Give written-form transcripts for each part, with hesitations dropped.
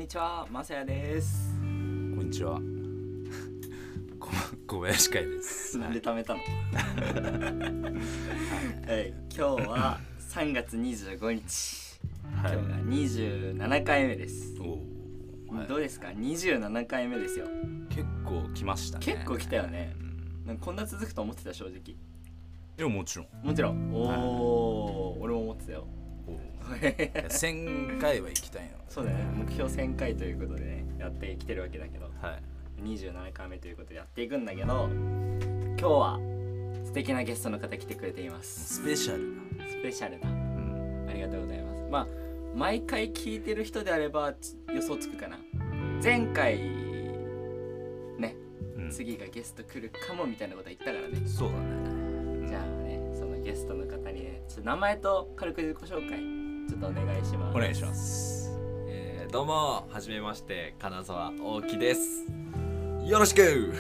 ちは、まさやです。 こんにちは。小林会です。 なんで貯めたの？今日は3月25日。今日が27回目です。どうですか？27回目ですよ。 結構来ましたね。 結構来たよね。なんかこんな続くと思ってた正直。 いやもちろん。 もちろん。俺も思ってたよ。 1000回は行きたいの。 そうだね。目標1000回ということでね、やってきてるわけだけど。 はい。 27回目ということでやっていくんだけど、今日は素敵なゲストの方来てくれています。 スペシャルな、 ありがとうございます。まあ毎回聞いてる人であれば予想つくかな。前回ね、次がゲスト来るかもみたいなこと言ったからね。 そうだね。 じゃあね、そのゲストの方にね、ちょっと名前と軽く自己紹介ちょっとお願いします。 お願いします。 どうも、はじめまして、金沢大木です。よろしく。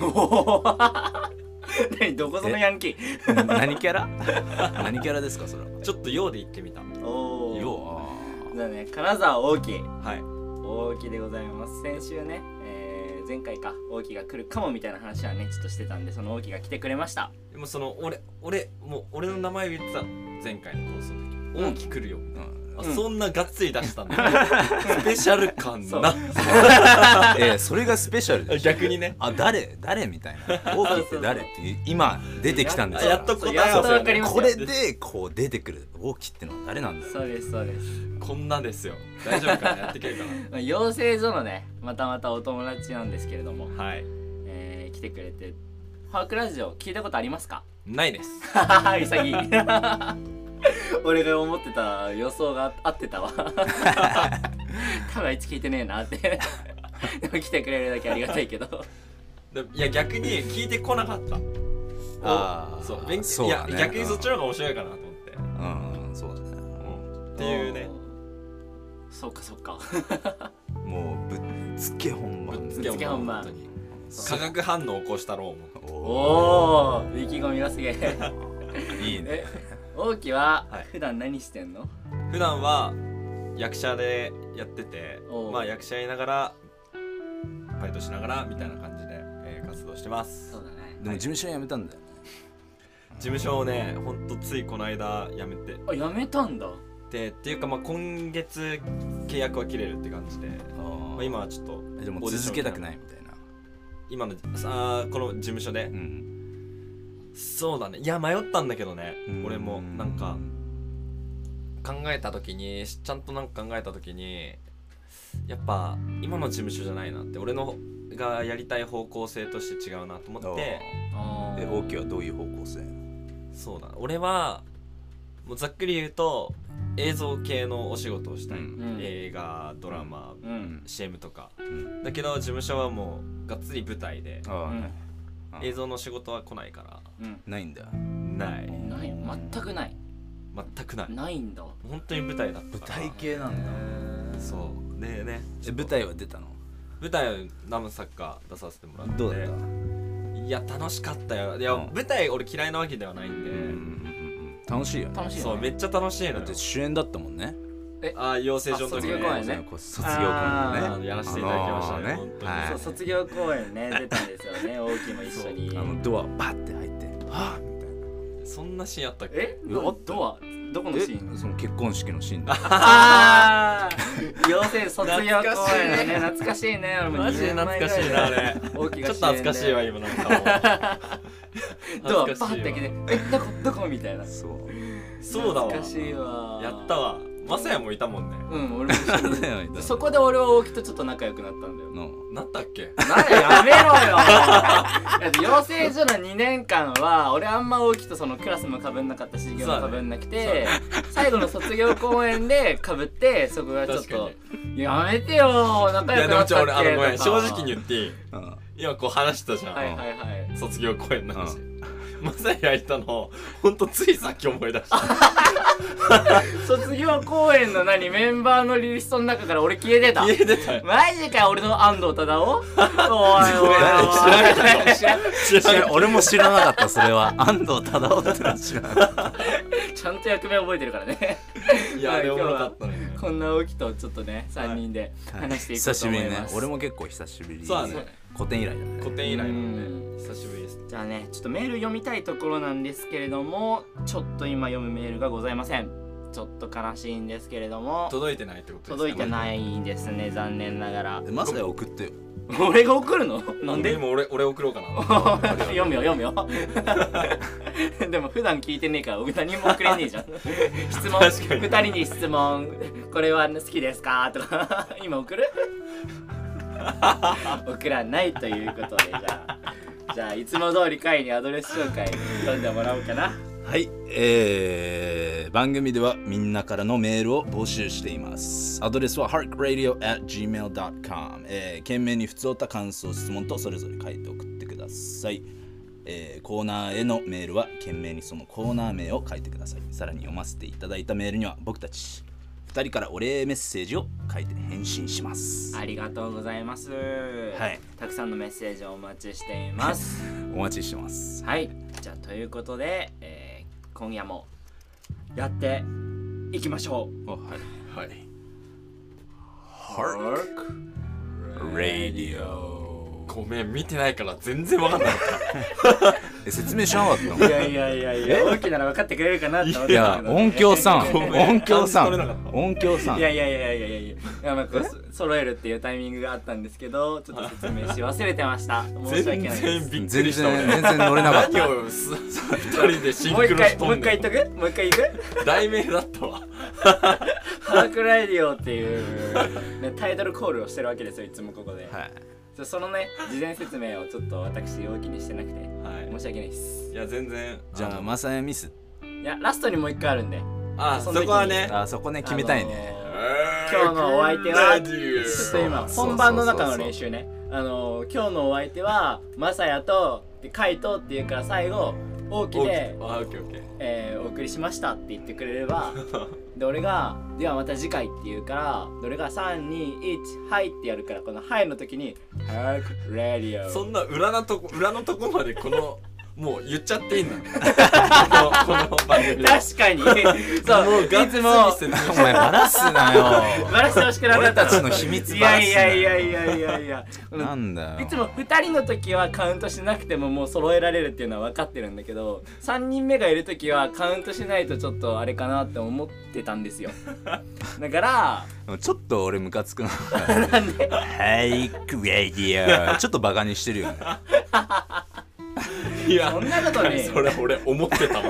何どこぞのヤンキー？ 何キャラ？何キャラですかそれは？ ちょっとようで言ってみた。 よう。だね、金沢大木。 はい。 大木でございます。先週ね、前回か大木が来るかもみたいな話はねちょっとしてたんで、その大木が来てくれました。 でもその俺の名前を言ってたの。前回の放送の時。大木来るよ。そんながっつり出したんだ。スペシャル感な。 それがスペシャルでしょ。 逆にね。 誰みたいな。大木って誰って今出てきたんですよ。 やっと答え合わせね。 これでこう出てくる大木ってのは誰なんだよ。 そうです。 こんなですよ。大丈夫かな、やってけるかな。 養成所のね、またお友達なんですけれども、 はい。 来てくれて、ファークラジオ聞いたことありますか？ ないです。 潔い。俺が思ってた予想が合ってたわ。多分あいつ聞いてねえなって。でも来てくれるだけありがたいけど。 いや逆に聞いてこなかった。そう、いや逆にそっちの方が面白いかなと思って。 そうだね。 っていうね。 そっか。 もうぶっつけ本番。 化学反応を起こしたろう。 おお、意気込みがすげえ。 いいね。 大木は普段何してんの？ 普段は役者でやってて、まあ役者やりながらバイトしながらみたいな感じで、活動してます。 そうだね。 でも事務所辞めたんだよ。 事務所をね、ほんとついこの間辞めて。 辞めたんだ。 っていうかまあ今月契約は切れるって感じで、まあ、今はちょっとでも続けたくないみたいな。 今のこの事務所で。そうだね。いや迷ったんだけどね。俺もなんかちゃんとなんか考えた時にやっぱ今の事務所じゃないなって、俺のがやりたい方向性として違うなと思って。 大木はどういう方向性？ そうだ、俺はもうざっくり言うと映像系のお仕事をしたい。映画、ドラマ、CM とか。だけど事務所はもうがっつり舞台で。映像の仕事は来ないから。 ないんだ。 ない。 全くない。ないんだ。 本当に舞台だったから。 舞台系なんだ。 そうでね。 舞台は出たの？ 舞台はナムサッカー出させてもらって。 どうだった？ いや楽しかったよ。いや舞台俺嫌いなわけではないんで。 楽しいよね。 そうめっちゃ楽しいの。 だって主演だったもんね。 養成所の時卒業公演ね。 卒業公演ね。 やらせていただきましたね。 そう卒業公演ね出たんですよね。大木も一緒に。 ドアバッて入ってはぁみたいな。そんなシーンあったっけ？ ドアどこのシーン？ その結婚式のシーンだ。 養成卒業公演ね。懐かしいね。 マジで懐かしいなあれ。ちょっと懐かしいわ今なんかもう。 ドアバッて開けてどこみたいな。 そうだわ。 懐かしいわ。 やったわ。まさやもいたもんね。 俺も一緒に。そこで俺は大木とちょっと仲良くなったんだよ。 なったっけ？ やめろよ。養成所の2年間は俺あんま大木とそのクラスも被んなかったし授業も被んなくて、最後の卒業公演で被って、そこがちょっとやめてよ仲良くなったっけ。 いやでもごめん、正直に言っていい？今こう話したじゃん。卒業公演の話。まさやいたのほんとついさっき思い出した。 卒業公演のメンバーのリストの中から俺消えてた。 消えてたよ。 マジかよ、俺の安藤忠雄。おいおいおい。 知らない俺も知らなかった。それは安藤忠雄ってのは知らなかった。 ちゃんと役名覚えてるからね。 いや、あれおもろかったね。 こんな大きとちょっとね3人で話していこうと思います。 久しぶりね。俺も結構久しぶり。 そうだね。 古典以来だね。 古典以来のね、久しぶりです。 じゃあね、ちょっとメール読みたいところなんですけれども、ちょっと今読むメールがございません。ちょっと悲しいんですけれども、 届いてないってことですか？ 届いてないですね、残念ながら。 まさや送ってよ。 俺が送るの？なんで？ でも俺送ろうかな。 読むよ読むよ。でも普段聞いてねえから何も送れねえじゃん。質問、2人に質問、これは好きですかとか今送る？送らないということで、じゃあいつも通り会にアドレス紹介読んでもらおうかな。 はい、番組ではみんなからのメールを募集しています。アドレスは harkradio@gmail.com、懸命に普通た感想質問とそれぞれ書いて送ってください。コーナーへのメールは懸命にそのコーナー名を書いてください。さらに読ませていただいたメールには僕たち2人からお礼メッセージを書いて返信します。 ありがとうございます。 はい、 たくさんのメッセージをお待ちしています。 お待ちしてます。 はい、じゃあということで、今夜もやっていきましょう。 はいはい。 Hark Radio。 ごめん、見てないから全然わかんなかった。 説明しなかったの？ いや大きなら分かってくれるかなって思って。 いや、音響さんいやまあ揃えるっていうタイミングがあったんですけど、ちょっと説明し忘れてました。申し訳ないです。 全然びっくりした。 全然乗れなかった。 2人でシンクロしとんねん。 もう一回言っとく？もう一回言う？ 題名だったわ。 ハークラディオっていう、ね、タイトルコールをしてるわけですよ、いつもここで。はい。そのね、事前説明をちょっと私大きにしてなくて、はい、申し訳ないです。 いや全然。 じゃあまさやミス。 いや、ラストにもう一回あるんで。 そこはね。 そこね、決めたいね。 今日のお相手はちょっと今本番の中の練習ね。今日のお相手はまさやとカイトっていうから、最後大きでお送りしましたって言ってくれれば、で俺がではまた次回って言うから、俺が321はいってやるから、このはいの時にハークラディオ。 そんな裏のとこまでこのもう言っちゃっていいんだ。この番組。 確かに。そう、いつもお前バラすなよ。 バラしてほしくなかった。 俺たちの秘密バラすな。 いや。 なんだよ。 いつも2人の時はカウントしなくてももう揃えられるっていうのは分かってるんだけど、3人目がいる時はカウントしないとちょっとあれかなって思ってたんですよ。だからちょっと俺ムカつくな。 なんで？ はいクラディオ。ちょっとバカにしてるよね。 いや、 そんなことね。 それ俺思ってたもん。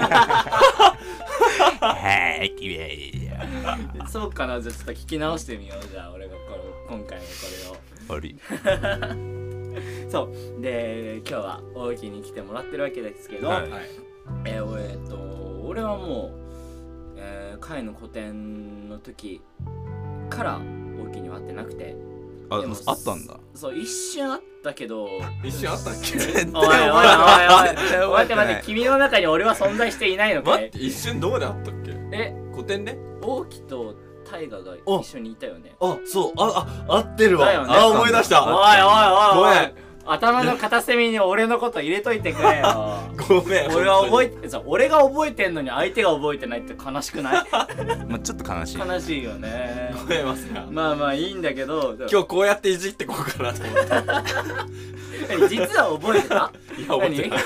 はいクラディオ。そうかな、じゃあちょっと聞き直してみよう。じゃあ俺が今回のこれを。そうで、今日は大木に来てもらってるわけですけど、はい、俺はもう、会の個展の時から大木には会ってなくて。 あったんだ。 そう、一瞬あったけど。 一瞬あったっけ？ おい待って、君の中に俺は存在していないのかい？ 待って、一瞬どこであったっけ？個展で？ 大木と大河が一緒にいたよね。 そう、合ってるわ。思い出した。 おいごめん、頭の片隅に俺のこと入れといてくれよ。 ごめん。 俺が覚えてんのに相手が覚えてないって悲しくない？ まあちょっと悲しい。 悲しいよね。 ごめんますが。 まあいいんだけど、 今日こうやっていじってこうかなと思って。 実は覚えてた？ いや、覚えてない。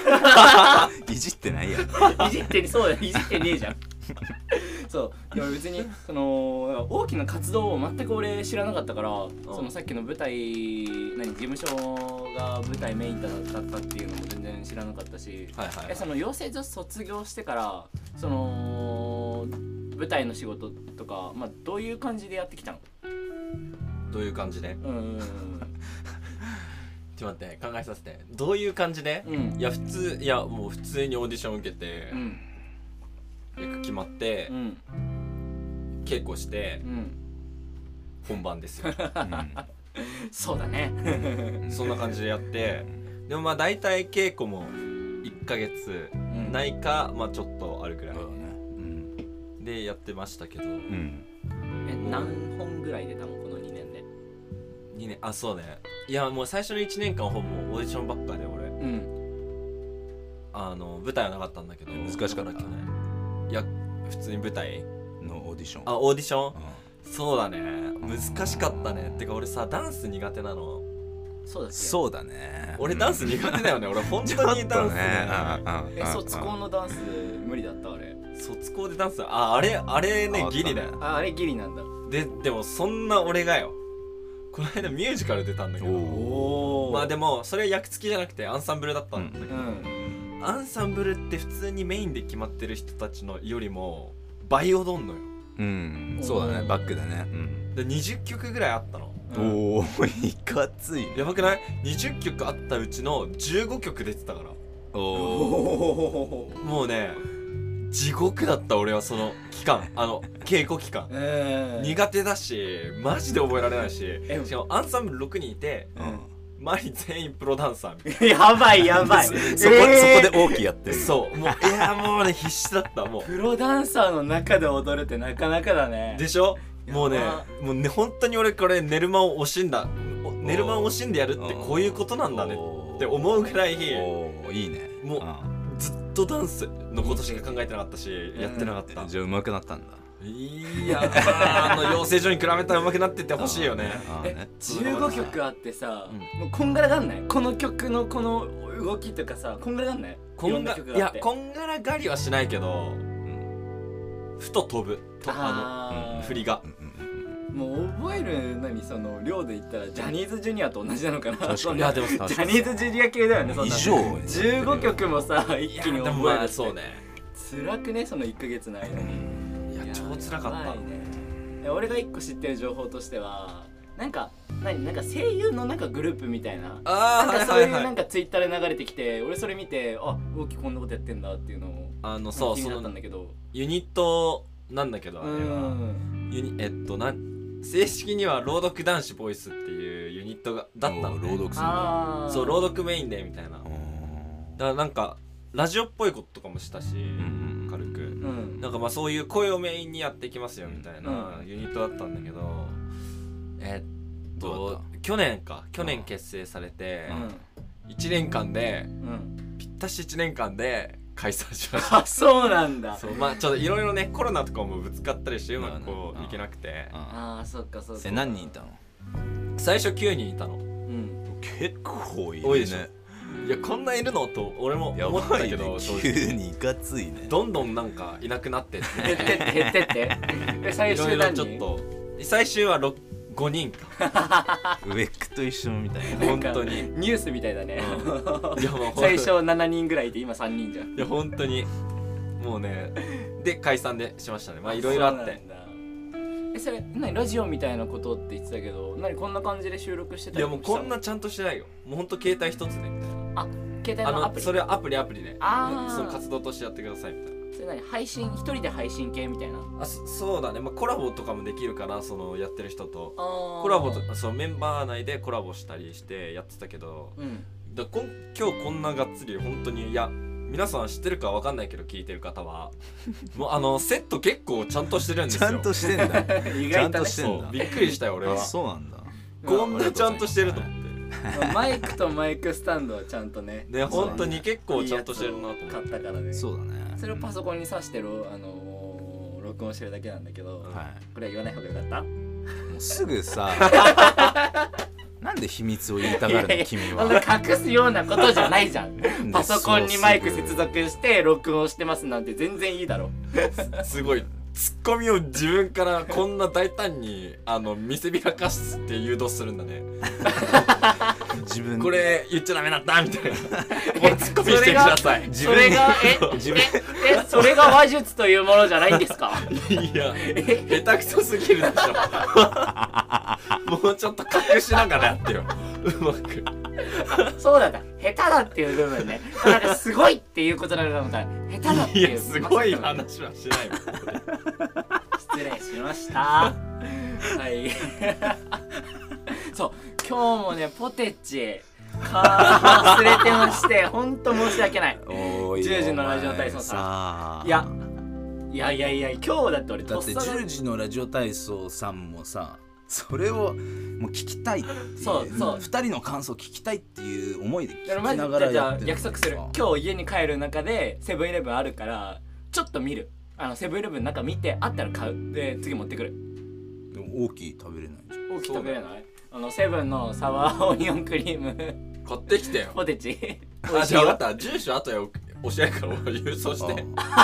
いじってないやん。 いじってねえじゃん。そう、でも別にその大きな活動を全く俺知らなかったから、そのさっきの舞台事務所が舞台メインだったっていうのも全然知らなかったし、その養成所卒業してからその舞台の仕事とか、どういう感じでやってきたの？ どういう感じで？ちょっと待って、考えさせて。どういう感じで？いやもう普通にオーディション受けて、役決まって、稽古して、本番ですよ。 そうだね。 そんな感じでやって、でも大体稽古も1ヶ月ないか、ちょっとあるくらい。 でやってましたけど、 何本ぐらい出たのこの2年で。 2年、あ、そうね。いやもう最初の1年間ほぼオーディションばっかで俺、舞台はなかったんだけど。 難しかったね。 いや普通に舞台のオーディション。 あ、オーディション、そうだね、難しかったね。てか俺さ、ダンス苦手なの。 そうだっけ。 そうだね。 俺ダンス苦手だよね。俺本当にダンスね。 卒コンのダンス無理だったあれ。 卒コンでダンス、あれねギリだよ。 あれギリなんだ。 でもそんな俺がよ、この間ミュージカル出たんだけど、まあでもそれ役付きじゃなくてアンサンブルだったんだけど、アンサンブルって普通にメインで決まってる人たちのよりも倍踊んのよ。 そうだね、バックでね。 で20曲ぐらいあったの。 おお、いかつい。 やばくない？ 20 曲あったうちの15曲出てたから。もうね、地獄だった俺はその期間、稽古期間、苦手だしマジで覚えられないし、しかもアンサンブル6人いて、周り全員プロダンサーみたいな。 やばいやばい。そこで大きいやってる。 そう、もういやもうね必死だった。もうプロダンサーの中で踊るってなかなかだね。 でしょ。もうね本当に俺これ寝る間を惜しんだ、寝る間を惜しんでやるってこういうことなんだねって思うぐらい、いいね。 もうずっとダンスのことしか考えてなかったし、やってなかった。 じゃあ上手くなったんだ。 いや養成所に比べたら上手くなってってほしいよね。 15曲あってさ、もうこんがらがんない？この曲のこの動きとかさ、こんがらがんない？ いやこんがらがりはしないけど、ふと飛ぶ振りが。 もう覚えるその量で言ったらジャニーズジュニアと同じなのかな。 いやでもジャニーズジュニア系だよね。そんな15曲もさ一気に覚える。 そうね。 辛くね、その1ヶ月の間に。 いや超辛かった。 俺が1個知ってる情報としては、なんか声優のグループみたいな、そういうツイッターで流れてきて、俺それ見て、あ、大きこんなことやってんだっていうのをそう気になったんだけど、 ユニットなんだけど、あれは正式には朗読男子ボイスっていうユニットだったのね。朗読するんだ。そう、朗読メインでみたいな。だからなんかラジオっぽいこととかもしたし、軽くなんかそういう声をメインにやっていきますよみたいなユニットだったんだけど、去年結成されて1年間で、ぴったし1年間で解散しました。 あ、そうなんだ。 そう、まあちょっといろいろね、コロナとかもぶつかったりしてうまくこういけなくて。 ああ、そっかそっか。 何人いたの？ 最初9人いたの。 結構多いでしょ。いや、こんないるのと俺も思ったけど、 急にいかついね。 どんどんなんかいなくなって減ってって最終何人？ ちょっと最終は5人か。 ウェックと一緒みたいな。 本当にニュースみたいだね。最初7人ぐらいで今3人じゃん。 いや本当にもうね、で解散でしましたね。まあいろいろあって。 それラジオみたいなことって言ってたけど、こんな感じで収録してたりしたの？ いやもうこんなちゃんとしてないよ。もうほんと携帯一つでみたいな。 あ、携帯のアプリ？ それはアプリでその活動としてやってくださいみたいな。 それ配信、一人で配信系みたいな？ そうだね。まあコラボとかもできるから、そのやってる人とコラボと、そのメンバー内でコラボしたりしてやってたけど、今日こんながっつり本当に、いや皆さん知ってるかわかんないけど聞いてる方はもうセット結構ちゃんとしてるんですよ。 ちゃんとしてんだ。 意外とね。 びっくりしたよ俺は。 そうなんだ。 こんなちゃんとしてると思って。 マイクとマイクスタンドはちゃんとね。 ね、本当に結構ちゃんとしてるなと思って。 買ったからね。 そうだね。 それをパソコンに挿して録音してるだけなんだけど、これは言わない方がよかった？ もうすぐさ。なんで秘密を言いたがるの君は。 隠すようなことじゃないじゃん。パソコンにマイク接続して録音してますなんて全然いいだろ。 すごいツッコミを自分からこんな大胆に見せびらかすって誘導するんだね。 自分これ言っちゃダメだったみたいな。ツッコミしてください。 それがそれが話術というものじゃないんですか？ いや下手くそすぎるでしょ。もうちょっと隠しながらやってよ、うまく。 そうだった、下手だっていう部分ね。なんかすごいっていうことなのかと思ったら下手だっていう。 いやすごい話はしないもん。 失礼しました。はい。そう今日もねポテチ忘れてまして、ほんと申し訳ない。10時のラジオ体操さん。いやいやいやいや今日だって俺だって10時のラジオ体操さんもさそれをもう聞きたいっていうそう 2人の感想聞きたいっていう思いで聞だからマジきながらでじゃあやってる約束する今日家に帰る中でセブンイレブンあるからちょっと見るセブンイレブンの中見てあったら買うで次持ってくるでも大きい食べれないじゃん大きい食べれないセブンのサワーオニオンクリーム買ってきてよポテチあじゃあ分かった住所後で教えるから郵送して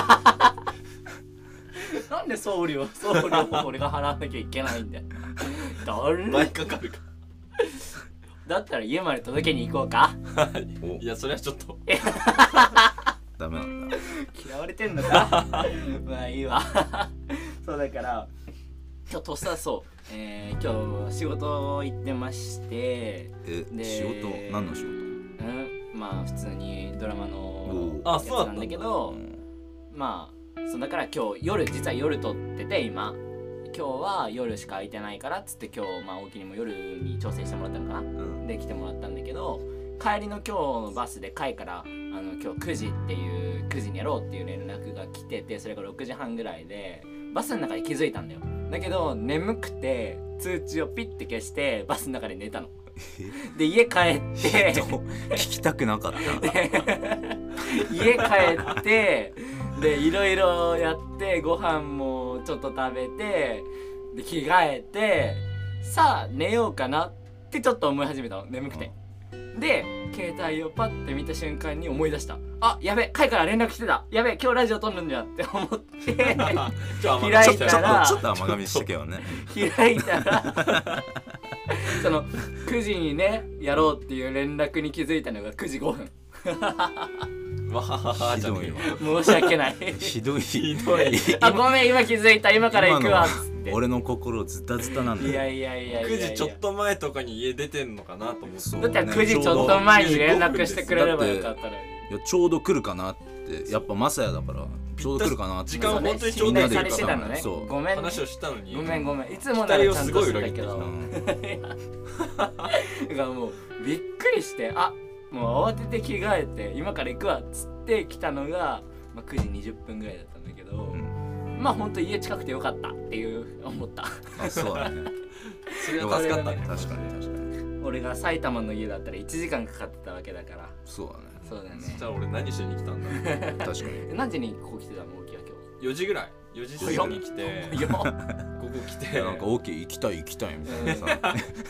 なんで送料を俺が払わなきゃいけないんだよ倍かかるかだったら家まで届けに行こうかいやそれはちょっとダメなんだ嫌われてんのかまあいいわそうだから今日とっさそう今日仕事行ってましてで仕事何の仕事まあ普通にドラマのあやつなんだけどまあそうだから今日夜実は夜撮ってて今日は夜しか空いてないからっつって今日まあ大木にも夜に調整してもらったのかな、で来てもらったんだけど帰りの今日のバスで帰から今日9時っていう9時にやろうっていう連絡が来ててそれが6時半ぐらいでバスの中で気づいたんだよだけど眠くて通知をピッて消してバスの中で寝たので家帰って聞きたくなかった家帰ってでいろいろやってご飯もちょっと食べてで着替えてさあ寝ようかなってちょっと思い始めたの眠くてで携帯をパッて見た瞬間に思い出したあやべカイから連絡来てたやべ今日ラジオ撮るんじゃって思って開いたらちょっと甘噛みしたけどね開いたらその9時にねやろうっていう連絡に気づいたのが9時5分わはははひどい申し訳ないひどいあごめん今気づいた今から行くわっつって俺の心ズタズタなんだよいやいやいやいや 9時ちょっと前とかに家出てんのかなと思ってだったら9時ちょっと前に連絡してくれればよかったのにいやちょうど来るかなってやっぱマサヤだからちょうど来るかなって時間本当にちょうどみんなでされてたのねそうごめん話をしたのにごめんいつもならちゃんとしてたけど期だからもうびっくりしてあもう慌てて着替えて今から行くわっつって来たのが、まあ、9時20分ぐらいだったんだけど、まあほんと家近くてよかったっていう思ったあそうだねそれは助かったね確かに俺が埼玉の家だったら1時間かかってたわけだからそうだねそうだねじゃあ俺何しに来たんだ確かに何時にここ来てたの大木は 4時ぐらい4時過ぎに来て今日ここ来てなんかオーケー行きたいみたいなさ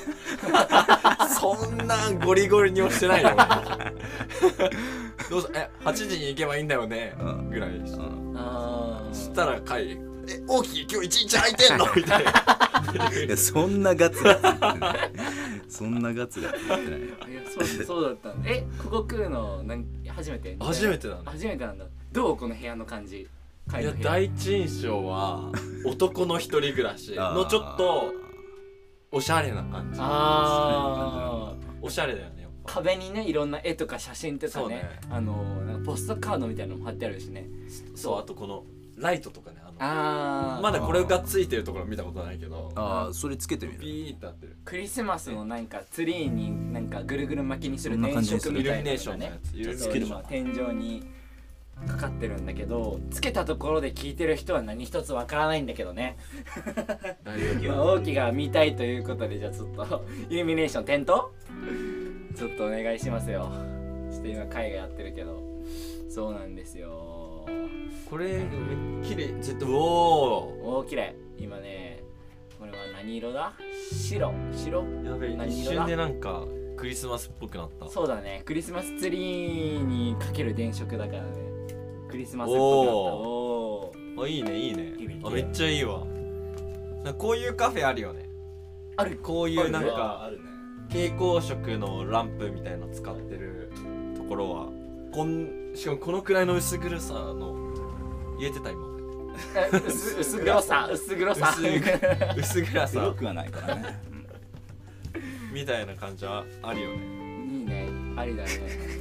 そんなゴリゴリに押してないよどうぞ8時に行けばいいんだよねぐらいでしたそしたら帰り大きい今日一日空いてんのみたいないやそんなガツガツ言ってないそんなガツガツ言ってないよいやそうだったんだここ来るの初めて初めてなんだ初めてなんだどうこの部屋の感じいや第一印象は男の一人暮らしのちょっとおしゃれな感じおしゃれだよねやっぱ壁にねいろんな絵とか写真とかねなんかポストカードみたいなのも貼ってあるしねそうあとこのライトとかねまだこれがついてるところ見たことないけどそれつけてみるビーってなってるクリスマスのなんかツリーになんかぐるぐる巻きにする電飾みたいなのがね天井にかかってるんだけどつけたところで聞いてる人は何一つわからないんだけどね大木が見たいということでじゃあちょっとイルミネーション点灯ちょっとお願いしますよちょっと今会がやってるけどそうなんですよこれめっきり絶対お綺麗今ねこれは何色だ白やべえ一瞬でなんかクリスマスっぽくなったそうだねクリスマスツリーにかける電飾だからねクリスマスっぽくなったいいねめっちゃいいわこういうカフェあるよねあるこういうなんか蛍光色のランプみたいなの使ってるところはしかもこのくらいの薄黒さの言えてた今薄黒さ薄暗さ黒くはないからねみたいな感じはあるよねいいねありだね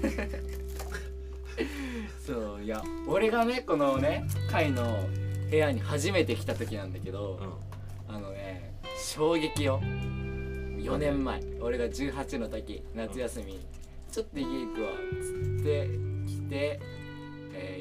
そういや俺がねこのね会の部屋に初めて来た時なんだけど、衝撃よ4年前俺が18の時夏休み、ちょっと家行くわっつって来て、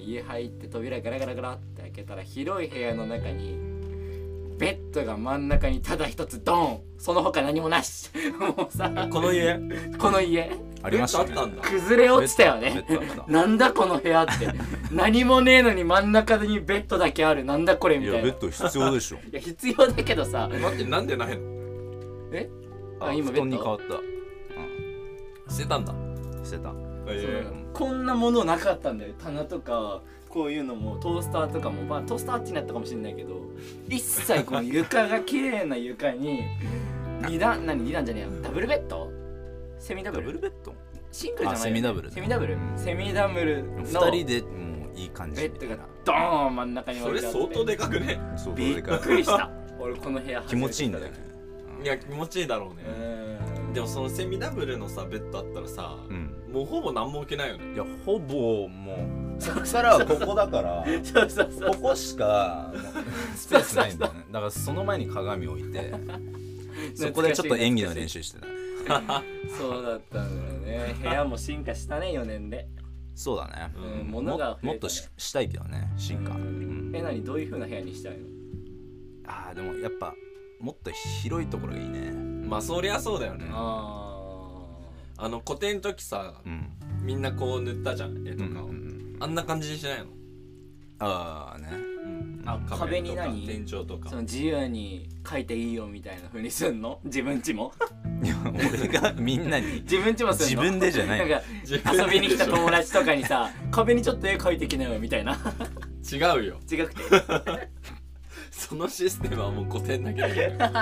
家入って扉ガラガラガラって開けたら広い部屋の中にベッドが真ん中にただ一つドン、その他何もなしもうさこの家ありましたね。 ベッドあったんだ。 崩れ落ちたよねベッドあったなんだこの部屋って何もねえのに真ん中にベッドだけある、なんだこれみいたいな。 やベッド必要でしょ。 いや必要だけどさ、 待ってなんでないの？ えあ今布団に変わベった。 捨てたんだ。 捨てた。 こんなものなかったんだよ。棚とかこういうのもトースターとかも、まあトースターあっちになったかもしれないけど、一切この床が綺麗な床に二段じゃねえよ、ダブルベッド、セミダブル、 ダブルベッド。 シングルじゃないよね、 セミダブルねセミダブル、セミダブルの二人でもういい感じベッドがドーン真ん中にそれ置いてあって、 相当でかくね。 そうびっくりした俺この部屋気持ちいいんだよね。 いや気持ちいいだろうね。でもそのセミダブルのさベッドあったらさ、もうほぼ何も置けないよね。 いやほぼもうそっからここだからそうそうそうここしかスペースないんだよね。だからその前に鏡置いてそこでちょっと演技の練習してた。 そうだったんだよね。部屋も進化したね4年で。 そうだね。 物が増えたねもっとしたいけどね進化。 何どういう風な部屋にしたいの？ あーでもやっぱもっと広いところがいいね。 まあそりゃそうだよね。古典の時さ、みんなこう塗ったじゃん絵とかを、あんな感じにしないの？ ああね。 壁に何？ 天井とかその自由に描いていいよみたいな風にすんの？自分ちも？ いや俺がみんなに自分ちもすんの？ 自分でじゃない。 なんか遊びに来た友達とかにさ壁にちょっと絵描いてきなよみたいな。 違うよ。 違くて。 そのシステムはもう古典だけだけど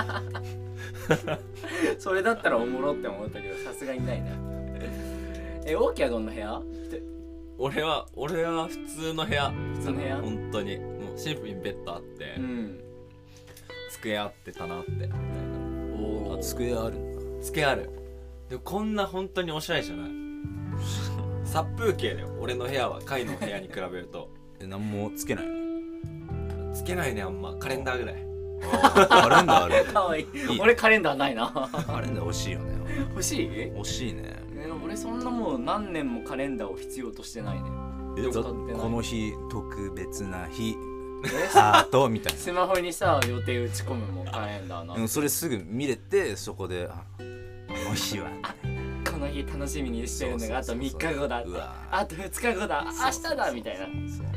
それだったらおもろって思ったけどさすがにないな。大きはどんな部屋？ 俺は普通の部屋。 普通の部屋？ 本当にもうシンプルにベッドあって、机あって棚あっておお机あるんだ。 机ある。でもこんな本当におしゃれじゃない殺風景だよ俺の部屋は。カイの部屋に比べると何もつけないの？ つけないねあんま。カレンダーぐらい。 カレンダーある。 かわいい。俺カレンダーないな。 カレンダー欲しいよね。 欲しい？ 欲しいね。 俺そんなもう何年もカレンダーを必要としてないね。 この日特別な日ハートみたいな。 スマホにさ予定打ち込むもんカレンダーの。 それすぐ見れてそこでこの日はこの日楽しみにしてるのがあと3日後だって、あと2日後だ、明日だみたいな。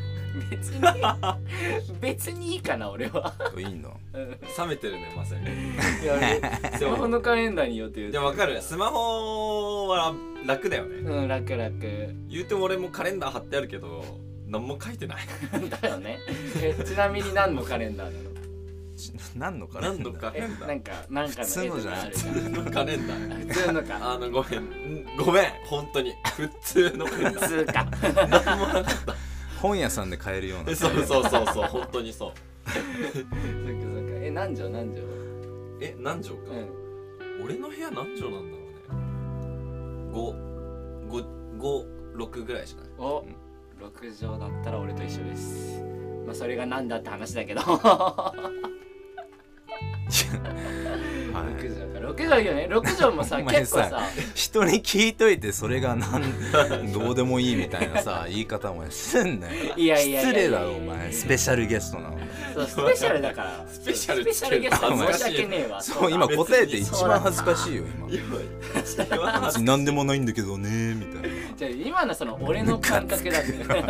別にいいかな俺は。 いいんだ。 冷めてるねまさに。 いやスマホのカレンダーによってでも分かる。スマホは楽だよね。 楽。 言うても俺もカレンダー貼ってあるけど何も書いてないだよね。ちなみに何のカレンダーなの？ 何のカレンダー？ なんかの普通のじゃない。 普通のカレンダー。 普通のか。 ごめん本当に普通のカレンダー。 普通か。 何もなかった。 本屋さんで買えるような。 そう本当にそう。 そっか。何畳？ 何畳か。俺の部屋何畳なんだろうね。6ぐらいじゃない？ お、6畳だったら俺と一緒です。まあそれがなんだって話だけど。6畳いいよね。6畳もさ結構さ人に聞いといてそれがどうでもいいみたいなさ言い方もすんなよ。 いや失礼だろお前。スペシャルゲストなの。 そうスペシャルだから。スペシャルゲスト申し訳ねえわ。 そう今答えて一番恥ずかしいよ今。何でもないんだけどねみたいな。 じゃあ今のその俺の感覚だって。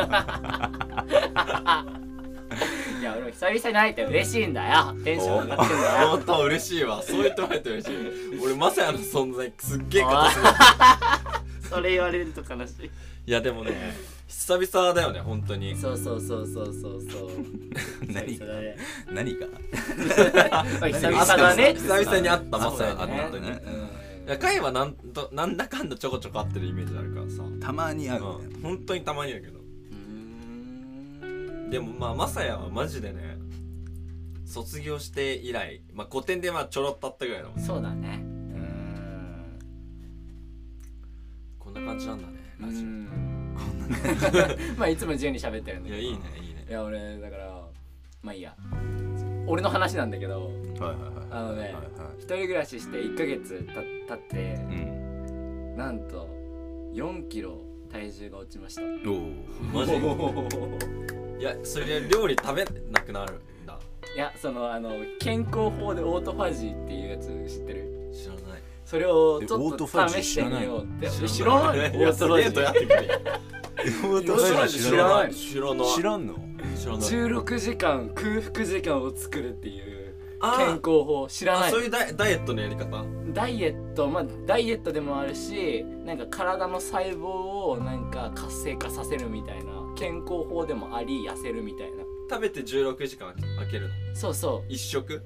いや俺も久々に会えて嬉しいんだよ。テンション上がってんだよ。 本当嬉しいわ。そう言ってもらえて嬉しい。俺まさやの存在すっげえ硬すぎる。 それ言われると悲しい。 いやでもね久々だよね本当に。 そう何が久々だね。 久々に会ったまさや本当に。 カイはなんだかんだちょこちょこ会ってるイメージあるからさ。 たまに会うね。 本当にたまにだけど。でもまあまさやはマジでね卒業して以来古典でちょろっとあったぐらいだもん。 そうだね。 こんな感じなんだねラジオ。まあいつも自由に喋ってるんだけど。 いやいいね。 いや俺だからまあいいや。俺の話なんだけど、一人暮らしして1ヶ月経ってなんと4キロ体重が落ちました。 おおマジいやそれ料理食べなくなるんだ。 いやその健康法でオートファジーっていうやつ知ってる？ 知らない。 それをちょっとオートファジー試してみようって。 知らない。 オーいやトファジストレートやっーてくれ。 オートファジー知らない知らない。 知らんの？ 知らない。 16時間空腹時間を作るっていうあ健康法知らない？ そういうダイエットのやり方？ ダイエット、まあダイエットでもあるし、なんか体の細胞をなんか活性化させるみたいな健康法でもあり、痩せるみたいな。 食べて16時間空けるの？ そうそう。 一食？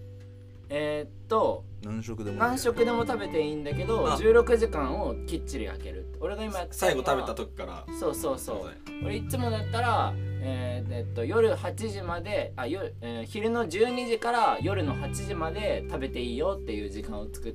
何食でも何食でも食べていいんだけど、 あ 16時間をきっちり空ける。俺が今やって最後食べた時から。 そうそうそう。俺いつもだったら、夜8時まで昼の12時から夜の8時まで食べていいよっていう時間を作って、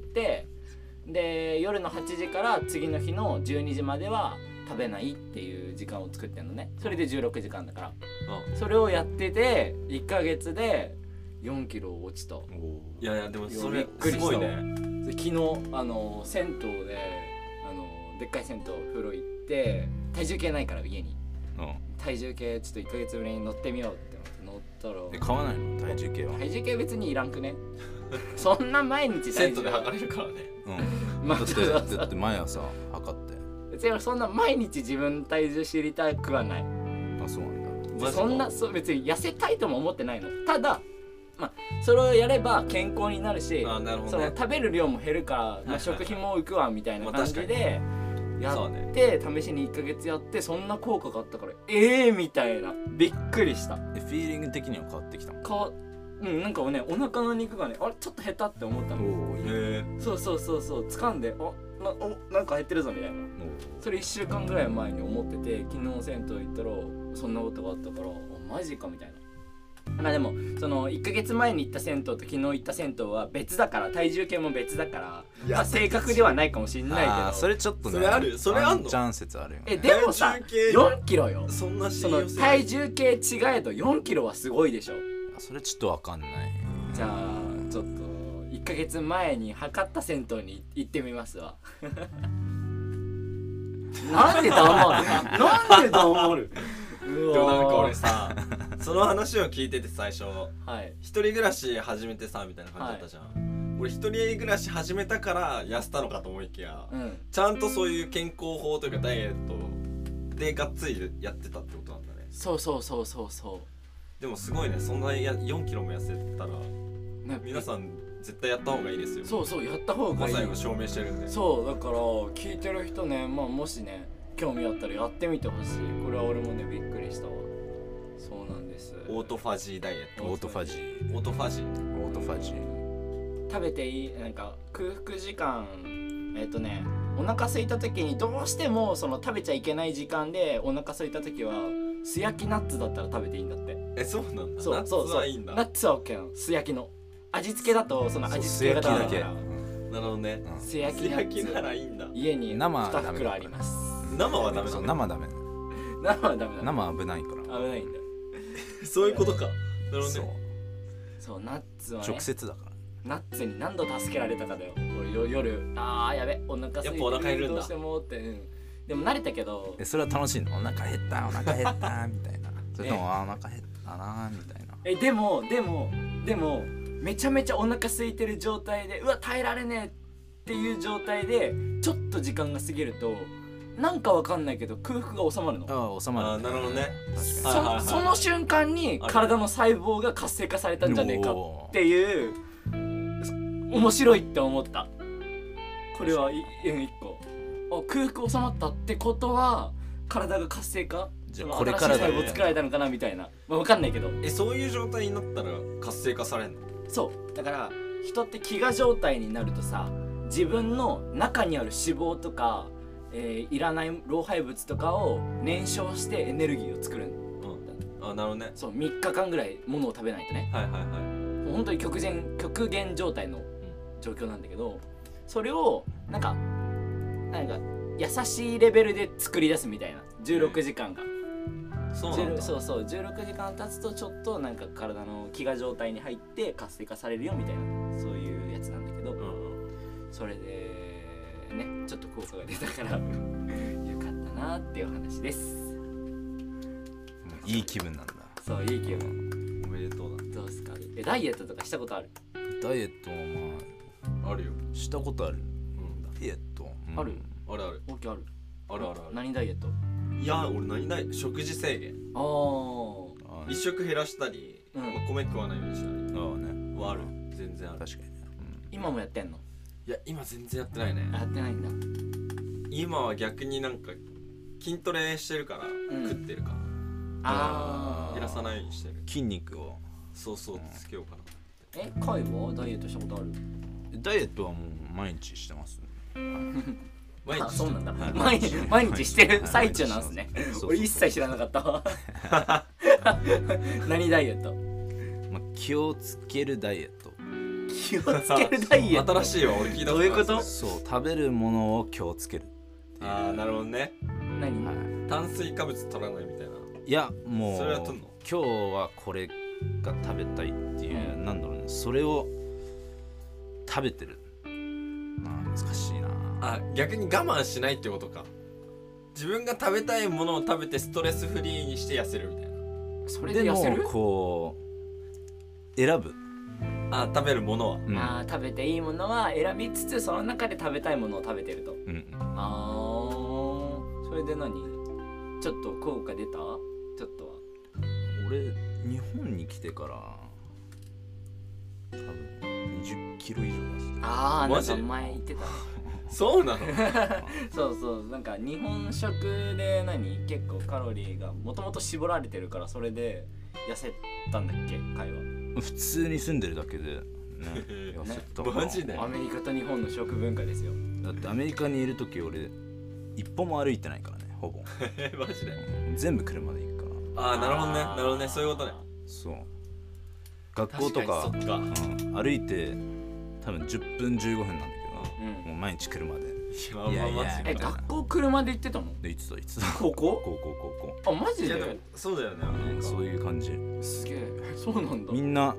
で夜の8時から次の日の12時までは食べないっていう時間を作ってんのね。それで16時間だから、それをやってて1ヶ月で4キロ落ちた。 いやいやでもそれびっくりしたすごいね。 で昨日銭湯ででっかい銭湯風呂行って体重計ないから家に体重計ちょっと1ヶ月ぶりに乗ってみようって乗ったら買わないの体重計は？ 体重計別にいらんくねそんな毎日銭湯で測れるからね。 まあだって毎朝測って別にそんな毎日自分の体重知りたくはない。 あそうなんだそんな別に痩せたいとも思ってないの。ただまあそれをやれば健康になるし、 あなるほどね。 その食べる量も減るから、まあ、食費も浮くわみたいな感じでやそうね。 って試しに1ヶ月やってそんな効果があったからみたいなびっくりした。 フィーリング的には変わってきたの？ なんかねお腹の肉がねあれちょっと減ったって思ったの。 おーそう掴んでなんか減ってるぞみたいな。それ1週間ぐらい前に思ってて、昨日銭湯行ったらそんなことがあったからマジかみたいな。まあでもその1ヶ月前に行った銭湯と昨日行った銭湯は別だから、体重計も別だから、まあ、正確ではないかもしんないけどそれちょっとねそれある？それあんの？ チャン説あるよね。 でもさ4キロよ。 そんなその体重計違えど4キロはすごいでしょ。 それちょっとわかんない。 じゃあちょっと1ヶ月前に測った銭湯に行ってみますわなんで黙るなんで黙るでもなんか俺さその話を聞いてて最初はい一人暮らし始めてさみたいな感じだったじゃん、俺一人暮らし始めたから痩せたのかと思いきや、ちゃんとそういう健康法というかダイエットでがっつりやってたってことなんだね。 そうでもすごいね。そんな4キロも痩せたらね皆さん絶対やった方がいいですよ。 そうやった方がいい。 最後証明してるんで。 そうだから聞いてる人ね、まあもしね興味あったらやってみてほしい。これは俺もねびっくりしたわ。そうなんです。 オートファジーダイエット。 オートファジーオートファジー食べていいなんか空腹時間お腹空いた時にどうしてもその食べちゃいけない時間でお腹空いた時は素焼きナッツだったら食べていいんだって。 そうなんだ。 そうナッツはいいんだ。 ナッツは OK なの。素焼きの味付けだとその味付けがダメだから。 なるほどね。 素焼きナッツならいいんだ。 家に2袋あります。 生はダメだ。 生ダメ。 生はダメだ。 生危ないから。 危ないんだ。 そういうことか。なるほどね。 そうナッツはね。 直接だから。 ナッツに何度助けられたかだよ。俺夜やべお腹空いてる。 やっぱお腹減るんだ。 どうしてもって。でも慣れたけど。 それは楽しいの？お腹減ったみたいな。それともお腹減ったなみたいな。 でもめちゃめちゃお腹空いてる状態で耐えられねえっていう状態でちょっと時間が過ぎるとなんかわかんないけど空腹が収まるの。 収まる。 なるほどね。 確かにその瞬間に体の細胞が活性化されたんじゃねえかっていう面白いって思った。これは1個空腹収まったってことは体が活性化、 これからだいぶ作られたのかなみたいな、分かんないけどそういう状態になったら活性化されんの？ そうだから人って飢餓状態になるとさ自分の中にある脂肪とか、いらない老廃物とかを燃焼してエネルギーを作るんだ。 なるほどね。 そう3日間ぐらいものを食べないとね。本当に極限状態の状況なんだけど、それをなんか優しいレベルで作り出すみたいな16時間が。そう16時間経つとちょっとなんか体の飢餓状態に入って活性化されるよみたいなそういうやつなんだけど、それでねちょっと効果が出たからよかったなっていう話です。 いい気分なんだ。 そう、いい気分。 おめでとうだ。 どうすか。ダイエットとかしたことある？ ダイエットはまあるよ。 あしたことある。ダイエット、 ある？ あるある。 大きいある。 あるあるある。 何ダイエット？ いや俺何ない食事制限。 ああ。 一食減らしたり、米食わないようにしたり。 ああね。 はある。全然ある。 確かにね。 今もやってんの？ いや今全然やってないね。 やってないんだ。 今は逆になんか筋トレしてるから、食ってるから。 ああ。 減らさないようにしてる。 筋肉をそうつけようかな。 カイはダイエットしたことある？ ダイエットはもう毎日してます。 毎日。 そうなんだ。毎日してる最中なんすね。俺一切知らなかったわ。何ダイエット？ まあ、気をつけるダイエット。 気をつけるダイエット。 新しいわ俺聞いたことない。 どういうこと？ そう食べるものを気をつける。 ああなるほどね。 何？ 炭水化物取らないみたいな。 いやもうそれは取んの？ 今日はこれが食べたいっていう、なんだろうね、それを食べてる。まあ難しいな。 あ逆に我慢しないってことか。自分が食べたいものを食べてストレスフリーにして痩せるみたいな。 それで痩せる？ でもこう選ぶ。 あ食べるものは、 あ食べていいものは選びつつその中で食べたいものを食べてると。ああそれで何？ちょっと効果出た？ちょっとは。 俺日本に来てから多分20キロ以上出してる。 ああなんマジか前言ってたね。 そうなの？ そうなんか日本食で結構カロリーがもともと絞られてるからそれで痩せたんだっけ会話。 普通に住んでるだけでね痩せた。 マジで？ アメリカと日本の食文化ですよ。 だってアメリカにいる時俺一歩も歩いてないからねほぼ。 マジで？ 全部車で行くから。 ああなるほどねなるほどねそういうことね。 そう学校とか確かにそっか、 歩いて多分10分15分なんだけど、もう毎日車で。いやいや学校車で行ってたの？ でいつだ高校あマジで？ いやでもそうだよねアメリカ。 そういう感じ。 すげえそうなんだ。 みんな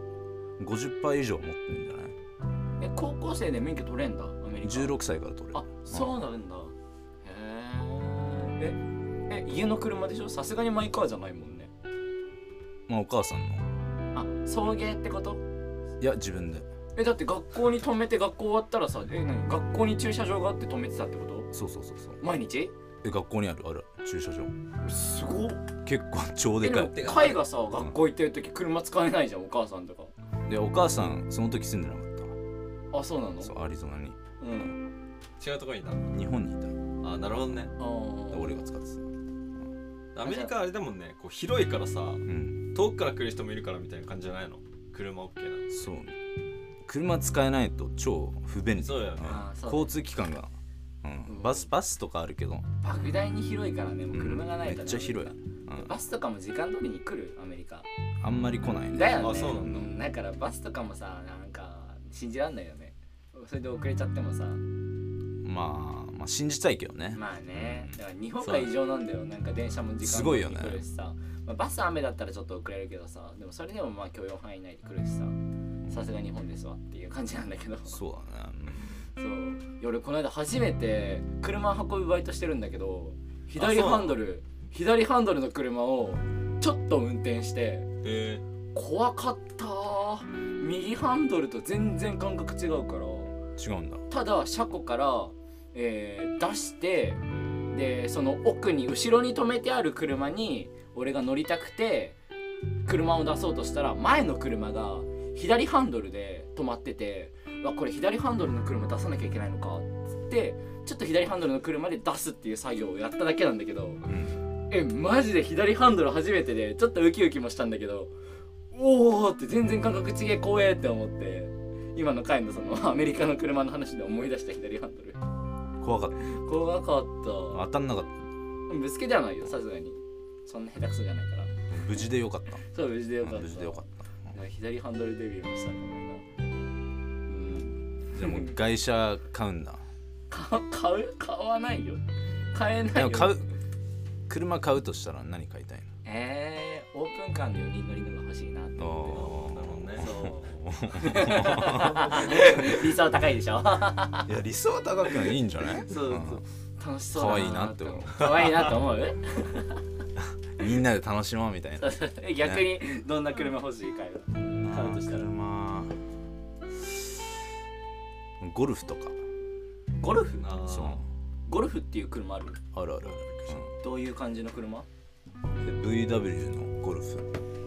50杯以上持ってるんじゃない？ 高校生で免許取れんだアメリカ。 16歳から取れる。 あそうなんだ。へえ家の車でしょ？さすがにマイカーじゃないもんね。 まあお母さんの。 あ送迎ってこと？ いや自分で。 だって学校に止めて学校終わったらさ学校に駐車場があって止めてたってこと？ そう毎日？ 学校にある駐車場。 すごっ。 結構超でかい。 カイがさ学校行ってる時車使えないじゃんお母さんとか。 でお母さんその時住んでなかった。 あそうなの？ そうアリゾナに。 違うところにいた。 日本にいた。 あなるほどね。 俺が使ってた。アメリカあれだもんねこう広いからさ、遠くから来る人もいるからみたいな感じじゃないの？車 OK なの？ そう車使えないと超不便利。 そうだよね。 交通機関が、バスとかあるけど莫大に広いからねもう車がないと、 めっちゃ広い。 バスとかも時間通りに来るアメリカあんまり来ないね。 だよね。 あそうなんだからバスとかもさなんか信じらんないよね。それで遅れちゃってもさまあ信じたいけどね。 まあねだから日本が異常なんだよ。なんか電車も時間通りに来るしさ、バス雨だったらちょっと遅れるけどさでもそれでもまあ許容範囲内で来るしささすが日本ですわっていう感じなんだけど。 そうだね。 そう俺この間初めて車運ぶバイトしてるんだけど左ハンドルの車をちょっと運転して怖かった。右ハンドルと全然感覚違うから。 違うんだ。 ただ車庫から、出してでその奥に後ろに止めてある車に俺が乗りたくて車を出そうとしたら前の車が左ハンドルで止まっててこれ左ハンドルの車出さなきゃいけないのかっつってちょっと左ハンドルの車で出すっていう作業をやっただけなんだけど、マジで左ハンドル初めてでちょっとウキウキもしたんだけどおーって全然感覚違え怖えって思って今の回のそのアメリカの車の話で思い出した左ハンドル怖かった。当たんなかった。 ぶつけではないよさすがにそんな下手くそじゃないから無事でよかった。 そう無事でよかった。 無事でよかった。 左ハンドルデビューもしたでも外車買うんだ。 買わないよ。買えないよ。 車買うとしたら何買いたいの？ オープンカーの4人乗りのが欲しいなって思ってる。理想高いでしょ。 いや理想高くないいいんじゃない？ そう楽しそうだな。 可愛いなって思う。 可愛いなと思う。 みんなで楽しもうみたいな。 逆にどんな車欲しいかよ。買うとしたら。 車ゴルフとか。 ゴルフ？ そう。 ゴルフっていう車ある？ あるある。 どういう感じの車？ VW のゴルフ。 へ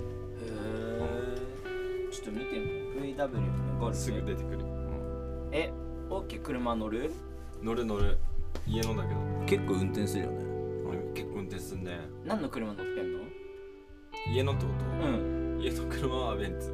え。ちょっと見てみ。VW のゴルフ。 すぐ出てくる。 大きい車乗る？ 乗る家のだけど結構運転するよね。 俺結構運転すんね。 何の車乗ってんの？ 家のってこうん。 と？家の車はベンツ。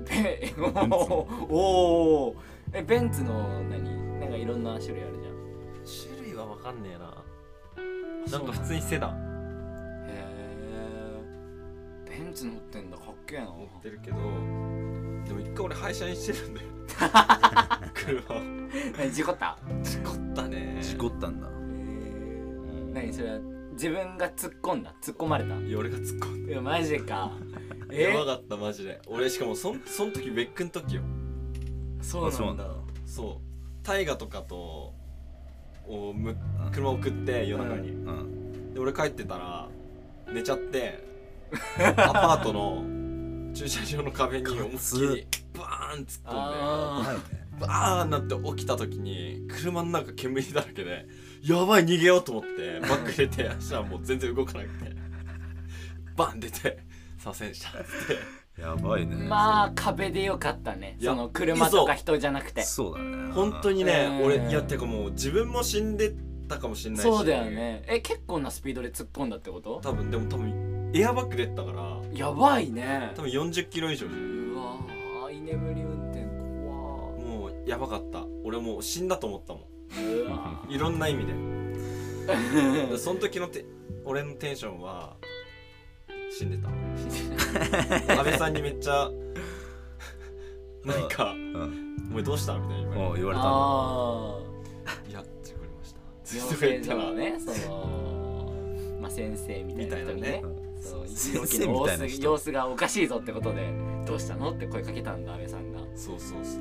おお。ベンツのなんかいろんな種類あるじゃん。 種類は分かんねえな。なんか普通にセダン。 へえ。ベンツ乗ってんだ、かっけえな。 乗ってるけど、でも一回俺廃車にしてるんだよ。車を。 事故った？ 事故ったね。 事故ったんだ。 何それは自分が突っ込んだ？突っ込まれた？ いや俺が突っ込んだ。 いやマジか。 やばかったマジで。俺しかもそん時ベックの時よ。 そうなんだ。 そう大河とかと車送って夜中に、で俺帰ってたら寝ちゃってアパートの駐車場の壁に思いっきりバーン突っ込んでバーンなって起きた時に車の中煙だらけでやばい逃げようと思ってバック入れて足はもう全然動かなくてバン出て左遷したってやばいね。 まあ壁でよかったね。その車とか人じゃなくて。 そうだね。 本当にね、俺いやてかもう自分も死んでたかもしれないし。 そうだよね。結構なスピードで突っ込んだってこと？ 多分エアバッグ出たからやばいね。 多分40キロ以上。 うわー、居眠り運転怖。 もうやばかった。俺もう死んだと思ったもん。 うわいろんな意味で。その時の俺のテンションは死んでた。安倍さんにめっちゃなんか「お前どうした？」みたいに言われたんだ。 いや事故りました。 養成所のね、そのまあ先生みたいな人にね、 先生みたいな人様子がおかしいぞってことで「どうしたの？」って声かけたんだ安倍さんが。 そう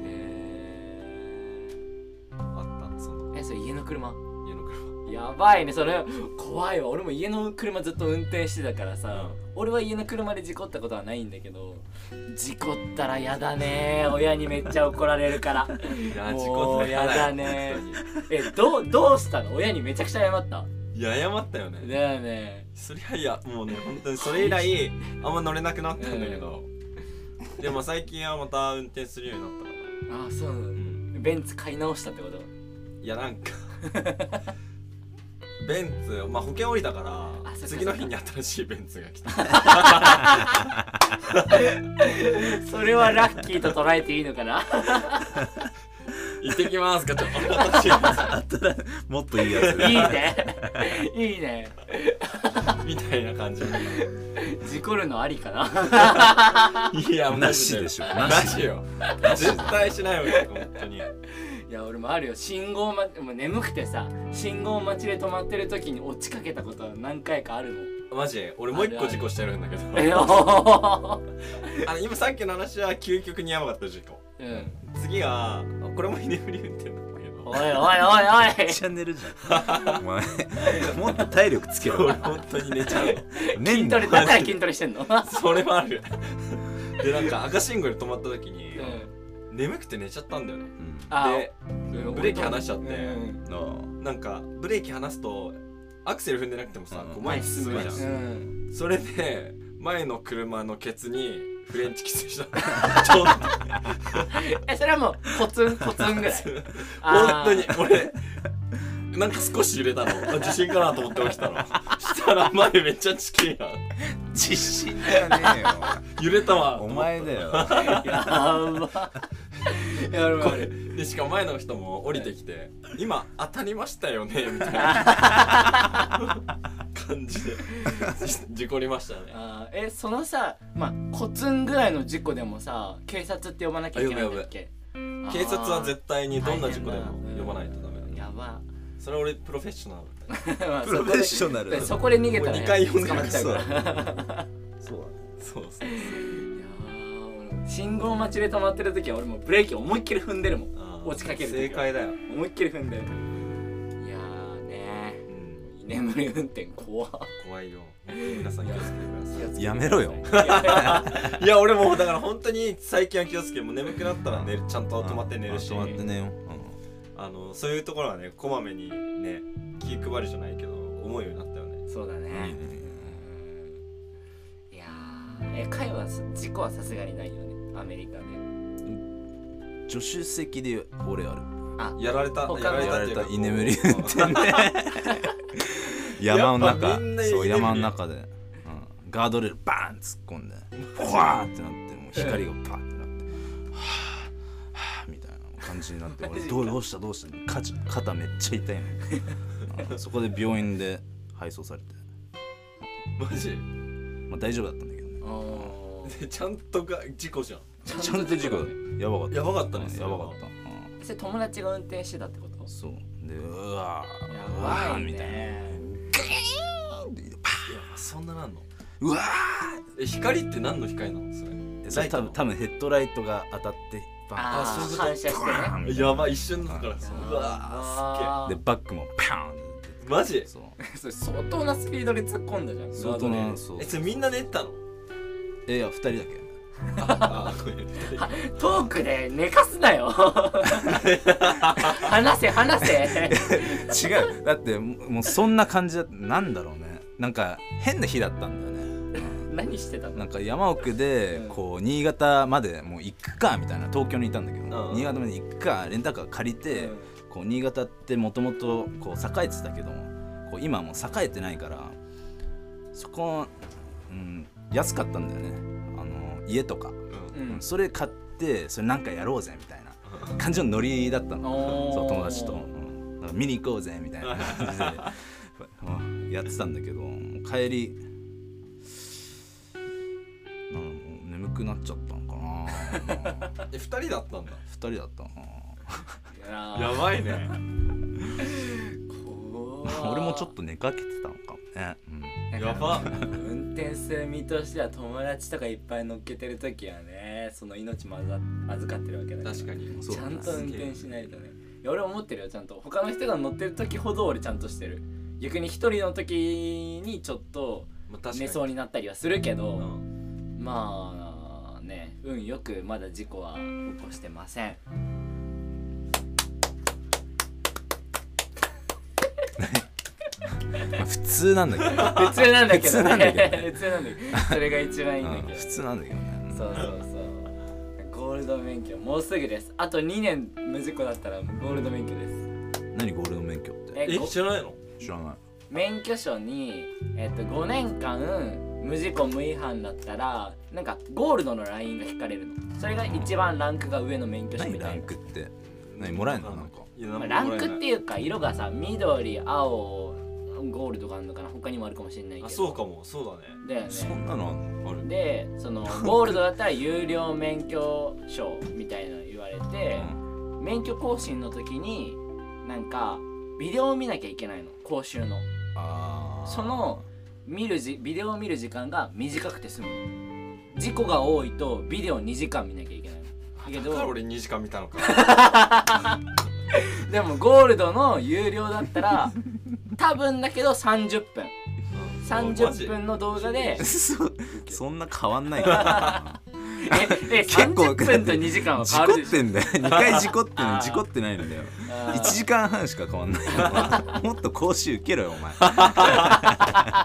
あった。そのそれ家の車？ 家の車やばいね。それ怖いわ。俺も家の車ずっと運転してたからさ、俺は家の車で事故ったことはないんだけど、事故ったらやだね。親にめっちゃ怒られるから。 いや事もう故ったらやだね。どうしたの？親にめちゃくちゃ謝った？ いや謝ったよね。 だよね。 そりゃいやもうね本当にそれ以来あんま乗れなくなったんだけど、でも最近はまた運転するようになったから。 あ、そうなの。ベンツ買い直したってこと？ いやなんかベンツ、まあ保険降りたから次の日に新しいベンツが来た。 それはラッキーと捉えていいのかな？ 行ってきますかちょっともっといいやつ。 いいね。いいね。 みたいな感じ。 事故るのありかな？ いやなしでしょ。 なしよ。絶対しないよ本当に。 いや俺もあるよ。もう眠くてさ、信号待ちで止まってる時に落ちかけたことは何回かあるもん。 マジ俺もう一個事故してるんだけど、今さっきの話は究極にやばかった事故。次はこれも居眠り運転なんだけど。 おいおいおいおい。 めっちゃ寝るじゃん。お前もっと体力つけろ。 俺本当に寝ちゃう。 筋トレだから筋トレしてんの？ それもある。でなんか赤信号で止まった時に眠くて寝ちゃったんだよね。でブレーキ離しちゃって、なんかブレーキ離すとアクセル踏んでなくてもさ、こう前に進むじゃん。それで前の車のケツにフレンチキスした。ちょっとそれはもうコツンぐらい。 本当に俺なんか少し揺れたの。地震かなと思って起きたの。したら前めっちゃチキンや。 地震じゃねえよ。 揺れたわ。 お前だよ。 やば。 これでしかも前の人も降りてきて「今当たりましたよね」みたいな感じで事故りましたね。 そのさ、まあコツンぐらいの事故でもさ警察って呼ばなきゃいけないんだっけ？ 警察は絶対にどんな事故でも呼ばないとダメだ。 やば。 それ俺プロフェッショナルだった。 プロフェッショナル。 そこで逃げたら 2回呼んで捕まっちゃうから。 そう信号待ちで止まってる時は俺もブレーキ思いっきり踏んでるもん。落ちかける時は正解だよ。 思いっきり踏んでる。いやーね居眠り運転怖怖いよ。皆さん気をつけてください。 やめろよ。 いや俺もだから本当に最近は気をつけて、もう眠くなったら寝る、ちゃんと止まって寝るし、 止まって寝よう。 そういうところはねこまめにね気配りじゃないけど思うようになったよね。 そうだね。 いいね。 いやーカイは事故はさすがにないよねアメリカで。 助手席で俺ある。 やられた他のやられた居眠り運運転で山の中、 やっぱみんな居眠りそう山の中で、ガードレールバーン突っ込んでフワーってなって、もう光がパーってなって、はぁはぁみたいな感じになって、俺どうした肩めっちゃ痛いの。そこで病院で配送されて、 マジまあ大丈夫だったんだけどね。 でちゃんとが事故じゃん。 ちゃんと事故やばかった。 やばかったね。 やばかった。 それ友達が運転してたってこと？ そうで、うわーやばいみたいな。 ね。 そんななんの？ うわ光って何の光なのそれ？ それ多分ヘッドライトが当たってバンあそういうこと反射してね。 やばい一瞬だから。うわあでバックもパーンってーマジ？ そうそれ相当なスピードで突っ込んだじゃん。 相当なそうそれみんな寝てたの？ いや2人だけごめん。 トークで寝かすなよ。話せ違うだってもうそんな感じだった。なんだろうね、なんか変な日だったんだよね。 何してたの？ なんか山奥でこう新潟までもう行くかみたいな、東京にいたんだけど、新潟まで行くかレンタカー借りて、こう新潟ってもともとこう栄えてたけども、こう今はもう栄えてないからそこ、安かったんだよね、家とか、それ買ってそれなんかやろうぜみたいな感じのノリだったの。そう友達と、なんか見に行こうぜみたいな感じでやってたんだけど、もう帰りなんかもう眠くなっちゃったのかな。 2人だったんだ。 2人だったな。 やばいね。 俺もちょっと寝かけてたのかもね。 やば。 運転する身としては友達とかいっぱい乗っけてる時はね、その命も預かってるわけだから。 確かに。 ちゃんと運転しないとね。いや俺思ってるよ、ちゃんと他の人が乗ってる時ほど俺ちゃんとしてる。逆に一人の時にちょっと寝そうになったりはするけど、まあね、運よくまだ事故は起こしてません。 普通なんだけど普通なんだけどね。 普通なんだけどね普通なんだけど、それが一番いいんだけど。 普通なんだけどね。 そうそうそう。ゴールド免許もうすぐです。あと2年無事故だったらゴールド免許です。 何ゴールド免許って？ 知らないの？ 知らない。 免許証に5年間無事故無違反だったらなんかゴールドのラインが引かれるの。それが一番ランクが上の免許証みたいな。 何ランクって何もらえるの？なんかランクっていうか色がさ、緑、青、ゴールドがあるのかな。他にもあるかもしれないけど。 そうかも。そうだね。 だよね。 そんなのある？ でそのゴールドだったら有料免許証みたいなの言われて、免許更新の時になんかビデオを見なきゃいけないの、講習の。そのビデオを見る時間が短くて済む。事故が多いとビデオ2時間見なきゃいけないの。だけどだから俺2時間見たのか。 でもゴールドの有料だったら多分だけど30分の動画でそんな変わんないから 30分と2時間は変わるでしょ。 事故ってんだよ。2回事故ってんの、事故ってないんだよ。1時間半しか変わんない。もっと講習受けろよお前。 確か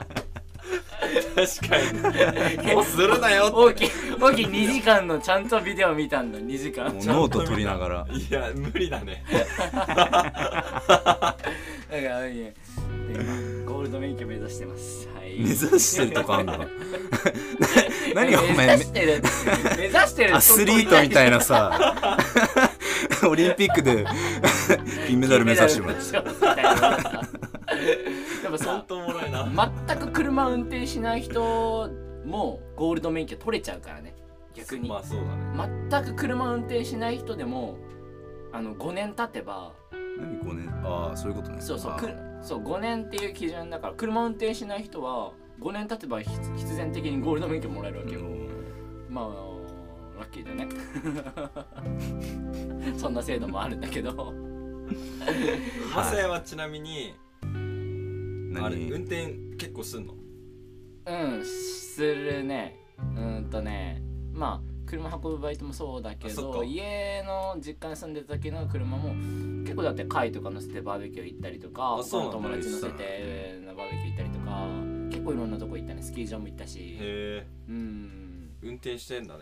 に。もうするなよ大き2時間のちゃんとビデオ見たんだ。2時間もうノート取りながら。 いや無理だね。 だからね、ゴールド免許目指してます。はい。 目指してるとこあんの？何がお前目指してるアスリートみたいなさオリンピックで金メダル目指してもらってやっぱさ、 おもろいな。 全く車運転しない人もゴールド免許取れちゃうからね。逆にまあそうだね。 全く車運転しない人でも5年経てば。 何5年？ああそういうことね。 そう5年っていう基準だから、車運転しない人は5年経てば必然的にゴールド免許もらえるわけよ。まあラッキーだね。そんな制度もあるんだけど。 マサヤはちなみにあれ運転結構すんの？ するね。まあ車運ぶバイトもそうだけど、家の実家に住んでた時の車も結構だって貝とか乗せてバーベキュー行ったりとか、友達乗せてバーベキュー行ったりとか、結構いろんなとこ行ったね。スキー場も行ったし。 へえ。運転してんだね。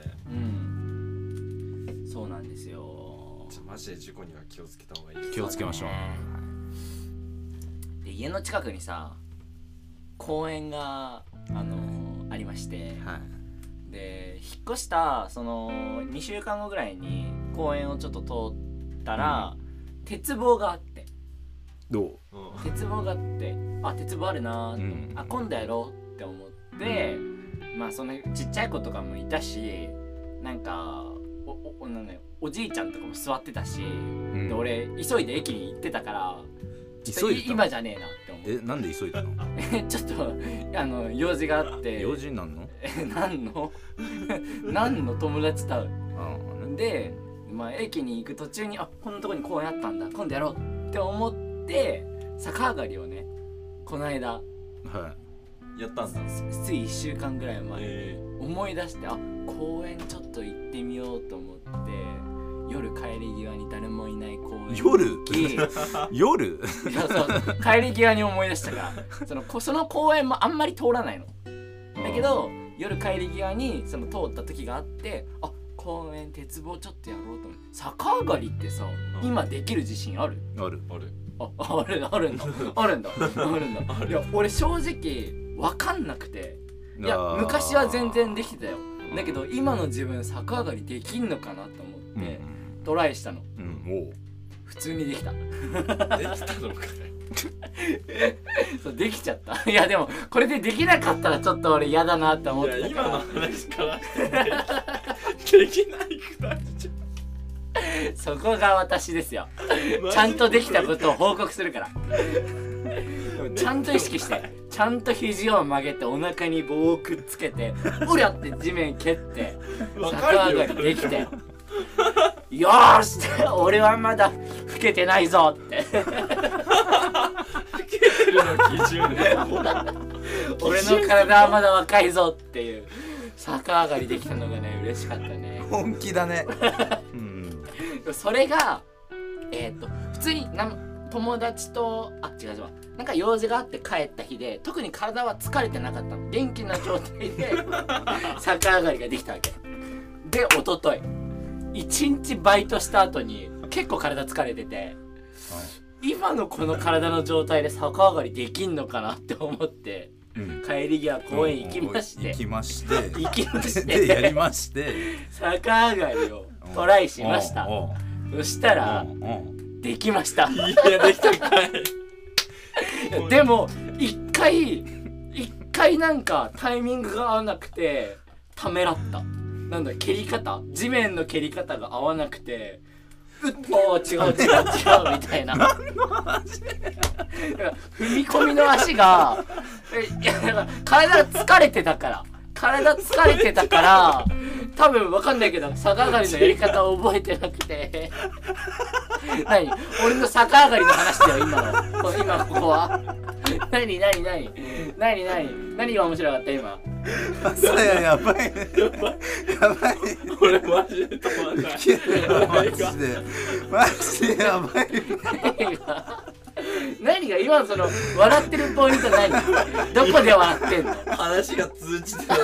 そうなんですよ。 じゃあマジで事故には気をつけた方がいい。 気をつけましょう。 で家の近くにさ公園がありまして、で引っ越したその2週間後ぐらいに公園をちょっと通ったら、鉄棒があって、鉄棒があって、鉄棒あるなーって、今度やろうって思って、まあそのちっちゃい子とかもいたし、なんかおじいちゃんとかも座ってたし、で俺急いで駅に行ってたから今じゃねえなって思って。 なんで急いだの？ ちょっと用事があって。 用事なんの？ 何の友達と会う。で、まあ、駅に行く途中にこんなとこに公園あったんだ、今度やろうって思って逆上がりをねこの間、 やったんだ。 つい1週間ぐらい前に思い出して、公園ちょっと行ってみようと思って、夜帰り際に誰もいない公園に夜そう帰り際に思い出したから、その公園もあんまり通らないのだけど、夜帰り際に通った時があって、公園鉄棒ちょっとやろうと思って。逆上がりってさ、今できる自信ある？あるんだ。いや俺正直分かんなくて、いや昔は全然できてたよ。だけど今の自分逆上がりできんのかなと思ってトライしたの。普通にできた。 できたのかい？ そうできちゃった。いやでもこれでできなかったらちょっと俺嫌だなって思ってたから。 今の話からできないくらいじゃん。 そこが私ですよ。ちゃんとできたことを報告するから。ちゃんと意識して、ちゃんと肘を曲げてお腹に棒をくっつけて、おりゃって地面蹴って逆上がりできて、よーしって俺はまだ老けてないぞって。 老けてるの基準で俺の体はまだ若いぞっていう逆上がりできたのがね嬉しかったね。 本気だね。 それが普通に友達と違うなんか用事があって帰った日で、特に体は疲れてなかったの。元気な状態で逆上がりができたわけで、一昨日1日バイトした後に結構体疲れてて、今のこの体の状態で逆上がりできんのかなって思って、帰り際公園行きましてでやりまして逆上がりをトライしました。そしたらできました。 いやできたんかい。 でも一回なんかタイミングが合わなくてためらった。なんだ蹴り方、地面の蹴り方が合わなくて、違うみたいな。踏み込みの足が体が疲れてたから多分わかんないけど逆上がりのやり方を覚えてなくて何俺の逆上がりの話だよ今ここは。何が面白かった今。 やばい俺マジで止まんない。 マジでやばい。 何が今その笑ってるポイント何？どこで笑ってんの？ 話が通じて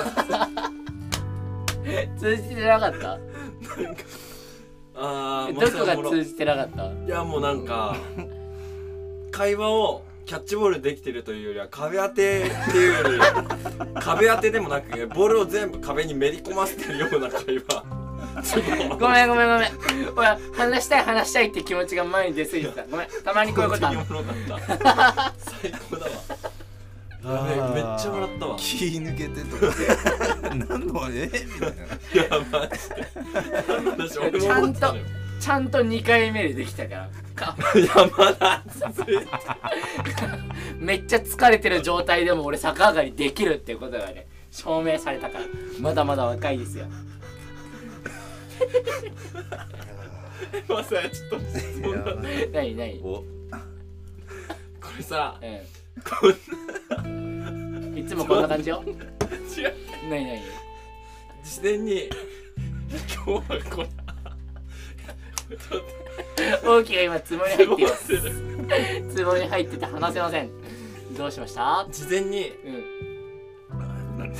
なかった？どこが通じてなかった？ いやもうなんか会話をキャッチボールできてるというよりは壁当てっていうより壁当てでもなくボールを全部壁にめり込ませてるような会話。 ごめん俺話したいって気持ちが前に出過ぎてた。ごめん、たまにこういうことある。 最高だわ。やべえ、めっちゃ笑ったわ。 気抜けてとか何のみたいな。 いやマジでちゃんと2回目でできたから。 いやまだめっちゃ疲れてる状態でも俺逆上がりできるっていうことがね証明されたから、まだまだ若いですよ。 まさやちょっと何これさ、 いつもこんな感じよ。 違う、 何何事前に今日はこれ大きが今壺に入っています。壺に入ってて話せません。どうしました？ 事前に何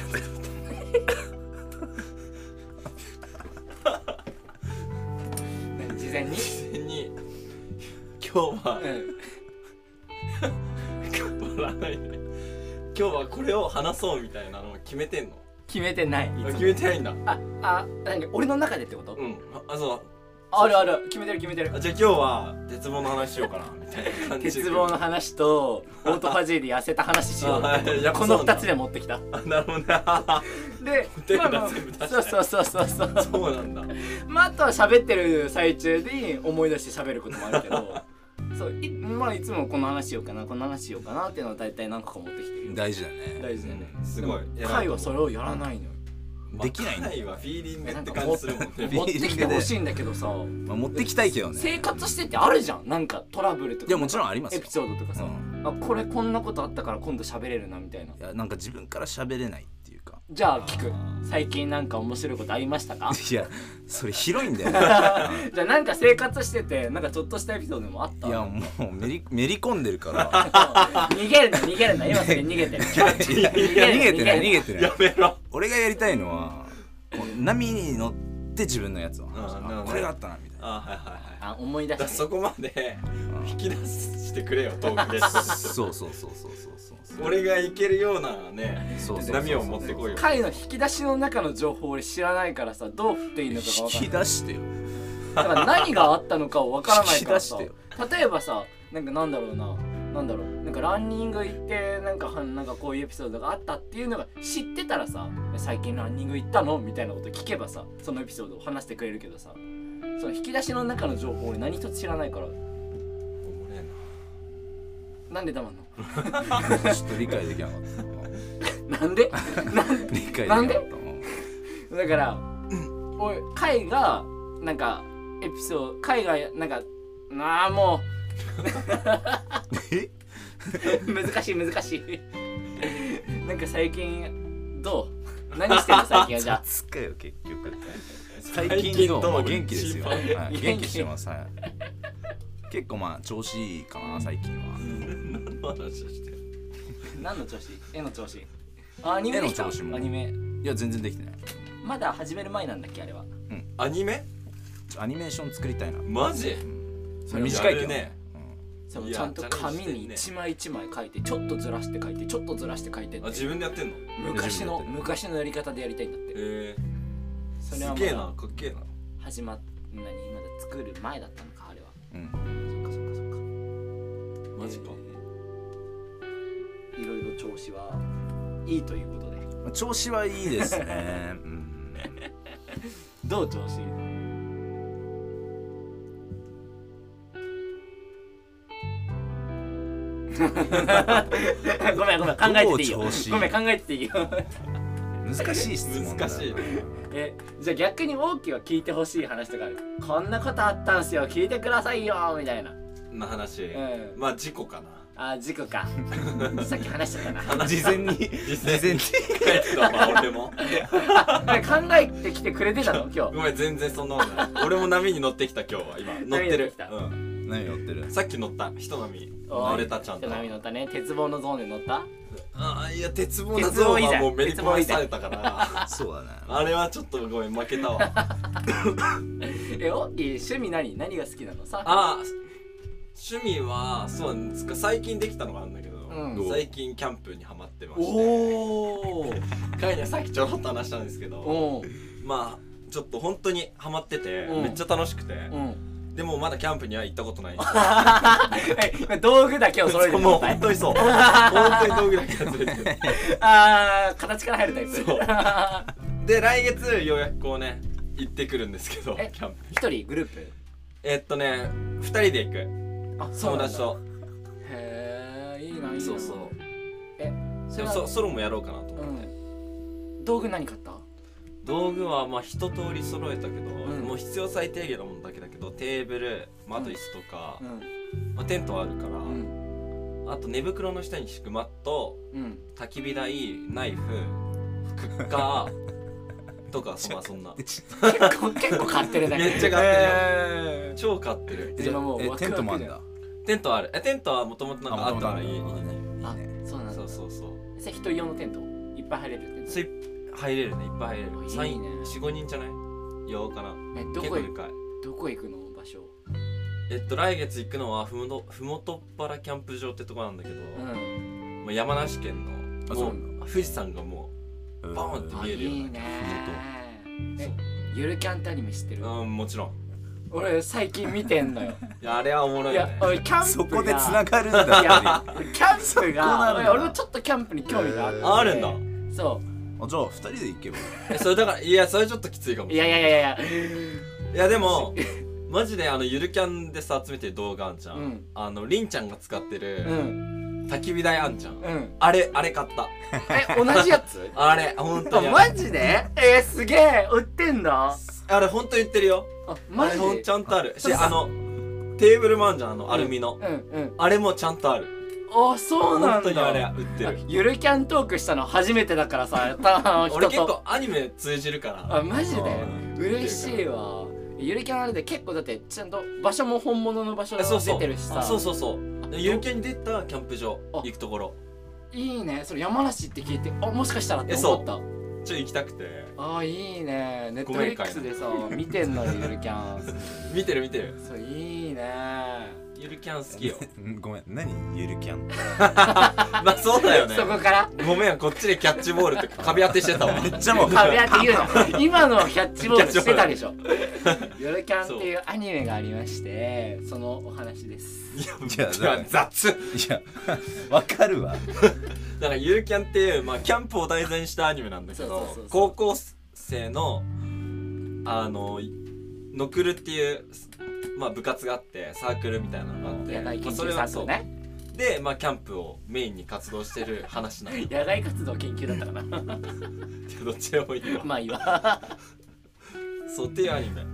事前に今日は、笑わないで、今日はこれを話そうみたいなのを決めてんの？ 決めてない。 決めてないんだ。 何俺の中でってこと？ そう、 あるある、決めてる決めてる。 じゃあ今日は鉄棒の話しようかなみたいな感じで。 鉄棒の話とオートファジーで痩せた話しよう。この2つで持ってきた。 なるほどね。 で、 全部出したい。 そうそうなんだ。 まああとは喋ってる最中に思い出して喋ることもあるけど、そうまあいつもこの話しようかなこの話しようかなっていうのを大体何個か持ってきてる。 大事だね。 大事だね。 すごい。 会はそれをやらないのよ。 できないんだ。 会はフィーリングって感じするもんね。 持ってきてほしいんだけどさ、 まあ持ってきたいけどね。 生活しててあるじゃん、なんかトラブルとか。 いやもちろんありますよ。 エピソードとかさ、これこんなことあったから今度喋れるなみたいな。 いやなんか自分から喋れないっていうか。 じゃあ聞く。最近なんか面白いことありましたか？ いやそれ広いんだよ。 じゃあなんか生活しててなんかちょっとしたエピソードもあった？ いやもうめり込んでるから。 逃げるな今すぐ逃げて。 逃げてない。 やめろ。 俺がやりたいのはもう波に乗って自分のやつを話す。これがあったなみたいな。 はいはいはい。 思い出して。 そこまで引き出してくれよ、トークで。 そう俺がいけるようなね、波を持ってこいよ。 回の引き出しの中の情報俺知らないからさ、どう振っていいのかが分からない。 引き出してよ。 だから何があったのかを分からないからさ。 引き出例えばさ、なんかなんだろうなんかランニング行ってなんかこういうエピソードがあったっていうのが知ってたらさ、最近ランニング行ったのみたいなこと聞けばさ、そのエピソードを話してくれるけどさ、その引き出しの中の情報俺何一つ知らないから。なんで黙んの？ ちょっと理解できなかった。 なんで？ 理解できなかった。 だから俺海がなんかエピソード海がなんかもう難しいなんか最近どう？何してんの最近は？じゃあつかよ結局。最近どう？元気ですよ。元気してます。結構まあ調子いいかな最近は。 何の話してる？ 何の調子？絵の調子？アニメできた？アニメ。 いや全然できてない。 まだ始める前なんだっけあれは。 アニメ？ アニメーション作りたいな。 マジ？ それ短いけどね。 ちゃんと紙に一枚一枚書いてちょっとずらして書いてちょっとずらして書いてって。 自分でやってんの？ 昔のやり方でやりたいんだって。それはすげえな、かっけえな。 始まっまだ作る前だったのかあれは。そっかマジか。 いろいろ調子はいいということで。 調子はいいですね。 どう調子？ごめん考えてていいよ。ごめん考えてていいよ。 難しい質問だ。 難しい。 じゃあ逆に大きは聞いてほしい話とかある？こんなことあったんすよ聞いてくださいよみたいな話。まあ事故かな。 事故か。さっき話しちゃったな。 事前に書いてたわ俺も。 考えてきてくれてたの今日？ ごめん全然そんなことない。俺も波に乗ってきた今日は今乗ってる。 何乗ってる？ さっき乗った人波乗れたちゃんと。 人波乗ったね。鉄棒のゾーンで乗った？ いや鉄棒のゾーンはもうめり込まされたから。 そうだね。 あれはちょっとごめん負けたわ。 趣味何が好きなのさ？ 趣味はそうなんですか、最近できたのがあるんだけど、最近キャンプにハマってまして。カイにはさっきちょろっと話したんですけど、まあちょっと本当にハマっててめっちゃ楽しくて。でもまだキャンプには行ったことないんですよ。 道具だけを揃えてる。 もう本当にそう。本当に道具だけ集めてる。 形から入るタイプ。 そう。で来月ようやくこうね行ってくるんですけど、キャンプ。 一人グループ ？2人で行く。友達と。 へえ、いいな。 そうそう。 それはソロもやろうかなと思って。 道具何買った？ 道具はまあ一通り揃えたけど、もう必要最低限のものだけだけど、テーブル、あと椅子とか、テントあるから、 あと寝袋の下に敷くマット、焚き火台、ナイフ、クッカーとか、まあそんな結構買ってるね。 めっちゃ買ってるよ、超買ってる。 今もうテントもあんだ。 テントある。テントはもともとなんかあったから家にね。 あ、そうなんだ。 そうそうそう。 それ一人用のテントいっぱい入れるテント。 入れるね、いっぱい入れる。 いいね。 4、5人じゃない？ようかな。 どこ結構でかい。 どこ行くの場所？ 来月行くのはふもとっぱらキャンプ場ってとこなんだけど、まあ山梨県のもう富士山がもうバーンって見えるような。 いいね。ゆるキャンってアニメ知ってる？ もちろん。 俺最近見てんのよ。 いやあれはおもろいよね。 俺キャンプがそこで繋がるんだ。 いやキャンプが俺もちょっとキャンプに興味があって。 あるんだ。 そう。 じゃあ2人で行けば。 それだから、いやそれちょっときついかもしれない。いやでもマジでゆるキャンでさ集めてる動画あんじゃん。りんちゃんが使ってる焚き火台あんじゃん。あれ買った。 同じやつ？ あれ本当に。 マジで？すげえ売ってんだ。 あれ本当に売ってるよ。 マジで？ ちゃんとあるし、テーブルもあんじゃん、アルミの。あれもちゃんとある。 あ、そうなんだ。 本当にあれ売ってる。 ゆるキャントークしたの初めてだからさ、 俺結構アニメ通じるから。 あ、マジで嬉しいわ。ゆるキャンあれで結構だってちゃんと場所も本物の場所で出てるしさ。 そうそうそう。ゆるキャンに出たキャンプ場行くところ。 いいね。それ山梨って聞いて、もしかしたらって思った。 行きたくて。 いいね。ネットフリックスでさ見てんのよ、ゆるキャン。 見てる。 そう、いいね。 ゆるキャン好きよ。 ごめん、何ゆるキャン？ まあそうだよね。 そこからごめん、こっちでキャッチボールって壁当てしてたわ。 めっちゃもう壁当て言うの。今のキャッチボールしてたでしょ。ゆるキャンっていうアニメがありまして、そのお話です。 いや雑。いやわかるわ。 だからゆるキャンっていうまあキャンプを題材にしたアニメなんだけど、高校生のノクルっていうまあ部活があってサークルみたいなのがあって、 野外研究サークルね。 でまあキャンプをメインに活動してる話なの。 野外活動研究だったかな。 どっちでもいいわ。 まあいいわ。 そうっていうアニメ。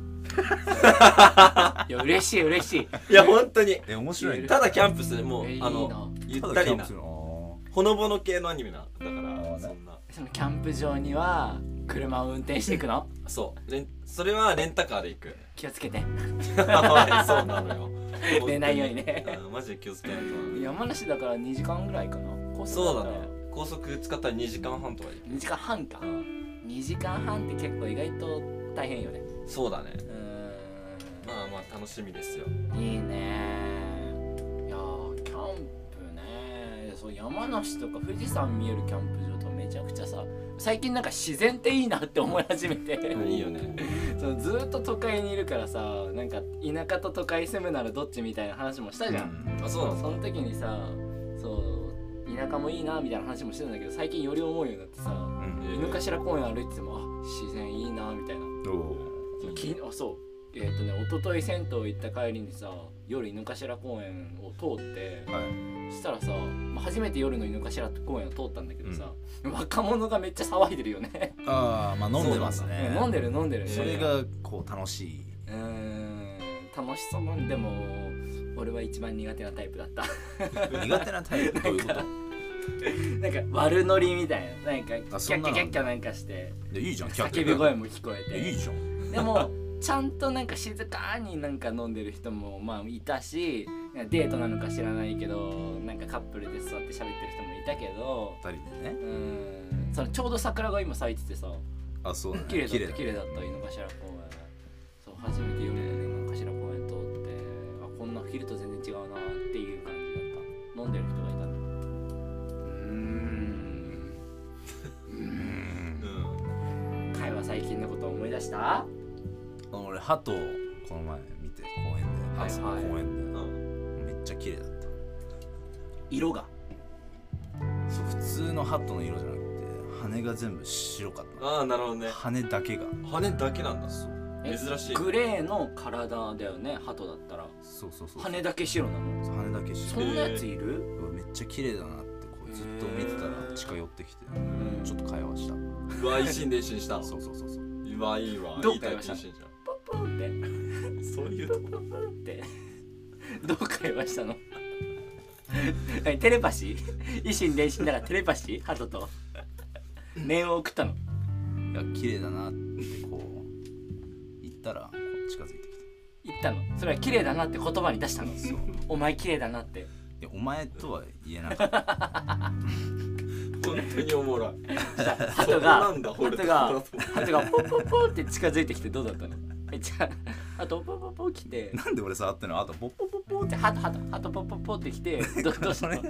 いや嬉しい。 いや本当に。 面白い。 ただキャンプするもうゆったりなほのぼの系のアニメなだからそんな。 そのキャンプ場には車を運転していくの？ そうそれはレンタカーで行く。 気をつけて。 そうなのよ。 寝ないようにね。 マジで気をつけないと。 山梨だから2時間ぐらいかな。 そうだね。高速使ったら2時間半とか 2時間半か。2時間半って結構意外と大変よね。 そうだね。まあ楽しみですよ。 いいね。いやキャンプね。そう山梨とか富士山見えるキャンプ場とかめちゃくちゃさ、最近なんか自然っていいなって思い始めて。 いいよね。 そうずっと都会にいるからさ、なんか田舎と都会住むならどっちみたいな話もしたじゃん。 そうなの。 その時にさ、そう田舎もいいなみたいな話もしてたんだけど、最近より思うようになってさ、井の頭公園歩いてても自然いいなみたいな。そう一昨日銭湯行った帰りにさ、夜井の頭公園を通って、そしたらさ、初めて夜の井の頭公園を通ったんだけどさ、若者がめっちゃ騒いでるよね。 まあ飲んでますね。 飲んでる。 それがこう楽しい。 楽しそうなん。でも俺は一番苦手なタイプだった。 苦手なタイプどういうこと？ なんか悪ノリみたいな、なんかキャッキャなんかしていいじゃん、 叫び声も聞こえていいじゃん。 でもちゃんとなんか静かになんか飲んでる人もまあいたし、デートなのか知らないけどなんかカップルで座って喋ってる人もいたけど、 2人でね。 そのちょうど桜が今咲いててさ、 そうだね。 綺麗だった井の頭公園。そう初めて夜の井の頭公園通って、こんな昼と全然違うなっていう感じだった。飲んでる人がいた。会話最近のことを思い出した？ 俺鳩をこの前見て公園で、朝の公園で、めっちゃ綺麗だった。 色がそう普通の鳩の色じゃなくて羽が全部白かった。 なるほどね。 羽だけなんだ。そう珍しい。 グレーの体だよね、鳩だったら。 そう羽だけ白なの？ 羽だけ白。 そんなやついる？ めっちゃ綺麗だなってこうずっと見てたら近寄ってきてちょっと会話した。 うわ、一心で一心した。 そううわ、いいわ。 どう会話した？ポッポンってそういうとこってどう会話したの？ テレパシー維新伝心ならテレパシー鳩と念を送ったの。 いや綺麗だなってこう言ったらこう近づいてき言ったの。それは綺麗だなって言葉に出したの。 そうお前綺麗だなって。 いやお前とは言えなかった本当におもろい。 鳩がなんだ鳩がポッポッポッって近づいてきてどうだったの？めっちゃあとポッポッポッ来てなんで俺触ってんの？あとポッポッポッポッでハトポッポッポッって来てどうしたの？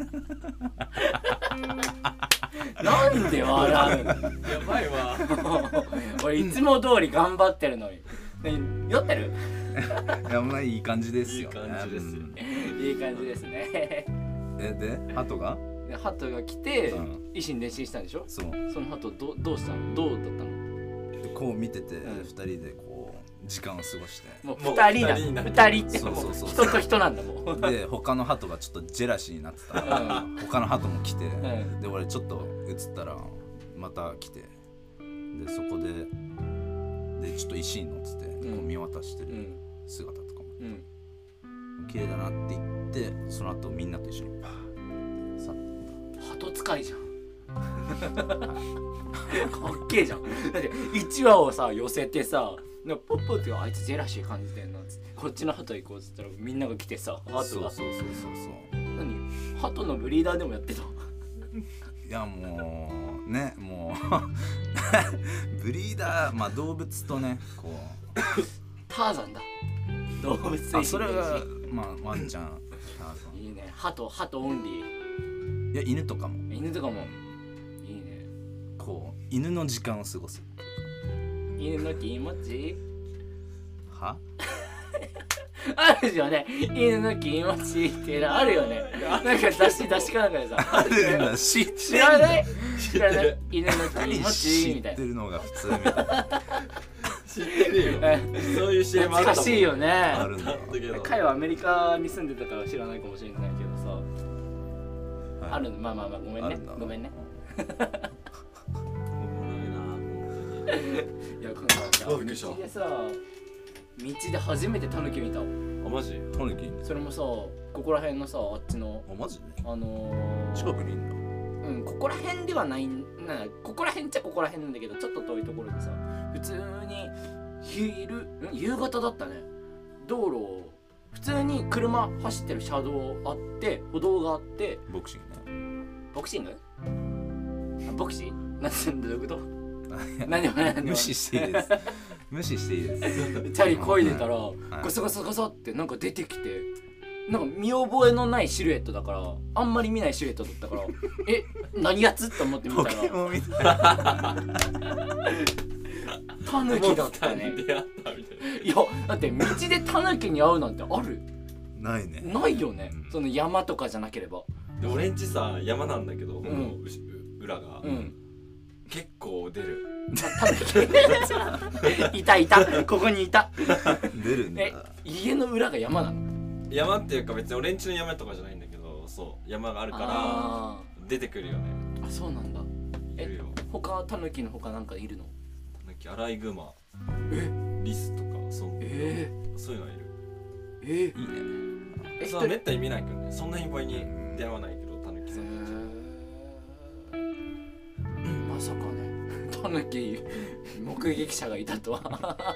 なんで笑うの？ やばいわ。 俺いつも通り頑張ってるのに。酔ってる？ いやまあいい感じですよ、ね、 いい感じですよいい感じですね。 で鳩がでハトが来て、 うん維新伝心したんでしょ？ そうそのハトどうしたの？どうだったの？ でこう見てて、 うん 2人でこう時間を過ごしてもうもう 2人だ。 二人になる 2人ってそうそうそう人と人なんだもん。 で他の鳩がちょっとジェラシーになってたから、他の鳩も来て、 んで俺ちょっと映ったらまた来て、でそこでちょっと石に乗ってて、こう見渡してる姿とかも、綺麗だなって言ってその後みんなと一緒にパーって去って鳩使いじゃん。かっけえじゃん。だって1羽をさ寄せてさ、なんかポッポってあいつジェラシー感じてんなっつって、こっちの鳩行こうっつったらみんなが来てさ、鳩がそう何鳩のブリーダーでもやってた。 いやもうねもうブリーダーまあ動物とねこうターザンだ。動物性あそれがまあワンちゃんいいね。鳩オンリー。 いや犬とかも犬とかもいいね。 こう犬の時間を過ごす犬の気持ちはあるよね。犬の気持ちっていうのあるよね。なんか出しかなんかでさあるな知知らない犬の気持ちみたいな。 知ってるのが普通みたいな知ってるよ。そういう CM あったもん。 懐かしいよね。 あるんだだけど彼はアメリカに住んでたから知らないかもしれないけどさ、 はいあるの。まあごめんねあるんだごめんね。 おもろいな本いやこのびっくりした道でさ、道で初めてタヌキ見た。 当に。あマジ？ タヌキそれもさここら辺のさあっちのあマジで近近くにいんだここら辺ではないな。ここら辺っちゃここら辺なんだけどちょっと遠いところでさ、普通に夕方だったね。道路を普通に車走ってる車道あって歩道があって、 ボクシングねボクシングボクシーなんてどういうこと？何も無視していいです無視していいですチャリ漕いでたら、 いゴソゴソゴソってなんか出てきて、なんか見覚えのないシルエットだからあんまり見ないシルエットだったから何やつって思って見たポらケモンみたいタヌキだったね。 出会ったみたいな。 いやだって道でタヌキに会うなんてある？ ないねないよね、 うんその山とかじゃなければ。 で俺んちさ山なんだけど、 ん裏が、 うん結構出る。 タヌキいたここにいた。 出るんだ家の裏が山なの？ 山っていうか別に俺んちの山とかじゃないんだけど、そう山があるからあ出てくるよね。 ーあそうなんだ。 いるよ。 他タヌキの他なんかいるの？ なんかアライグマ、 えリスとかそういうのいる。 いいねそんなめったに見ないけどね。そんな頻繁に出会わないけどタヌキさん。 まさかねタヌキ目撃者がいたとはそうだから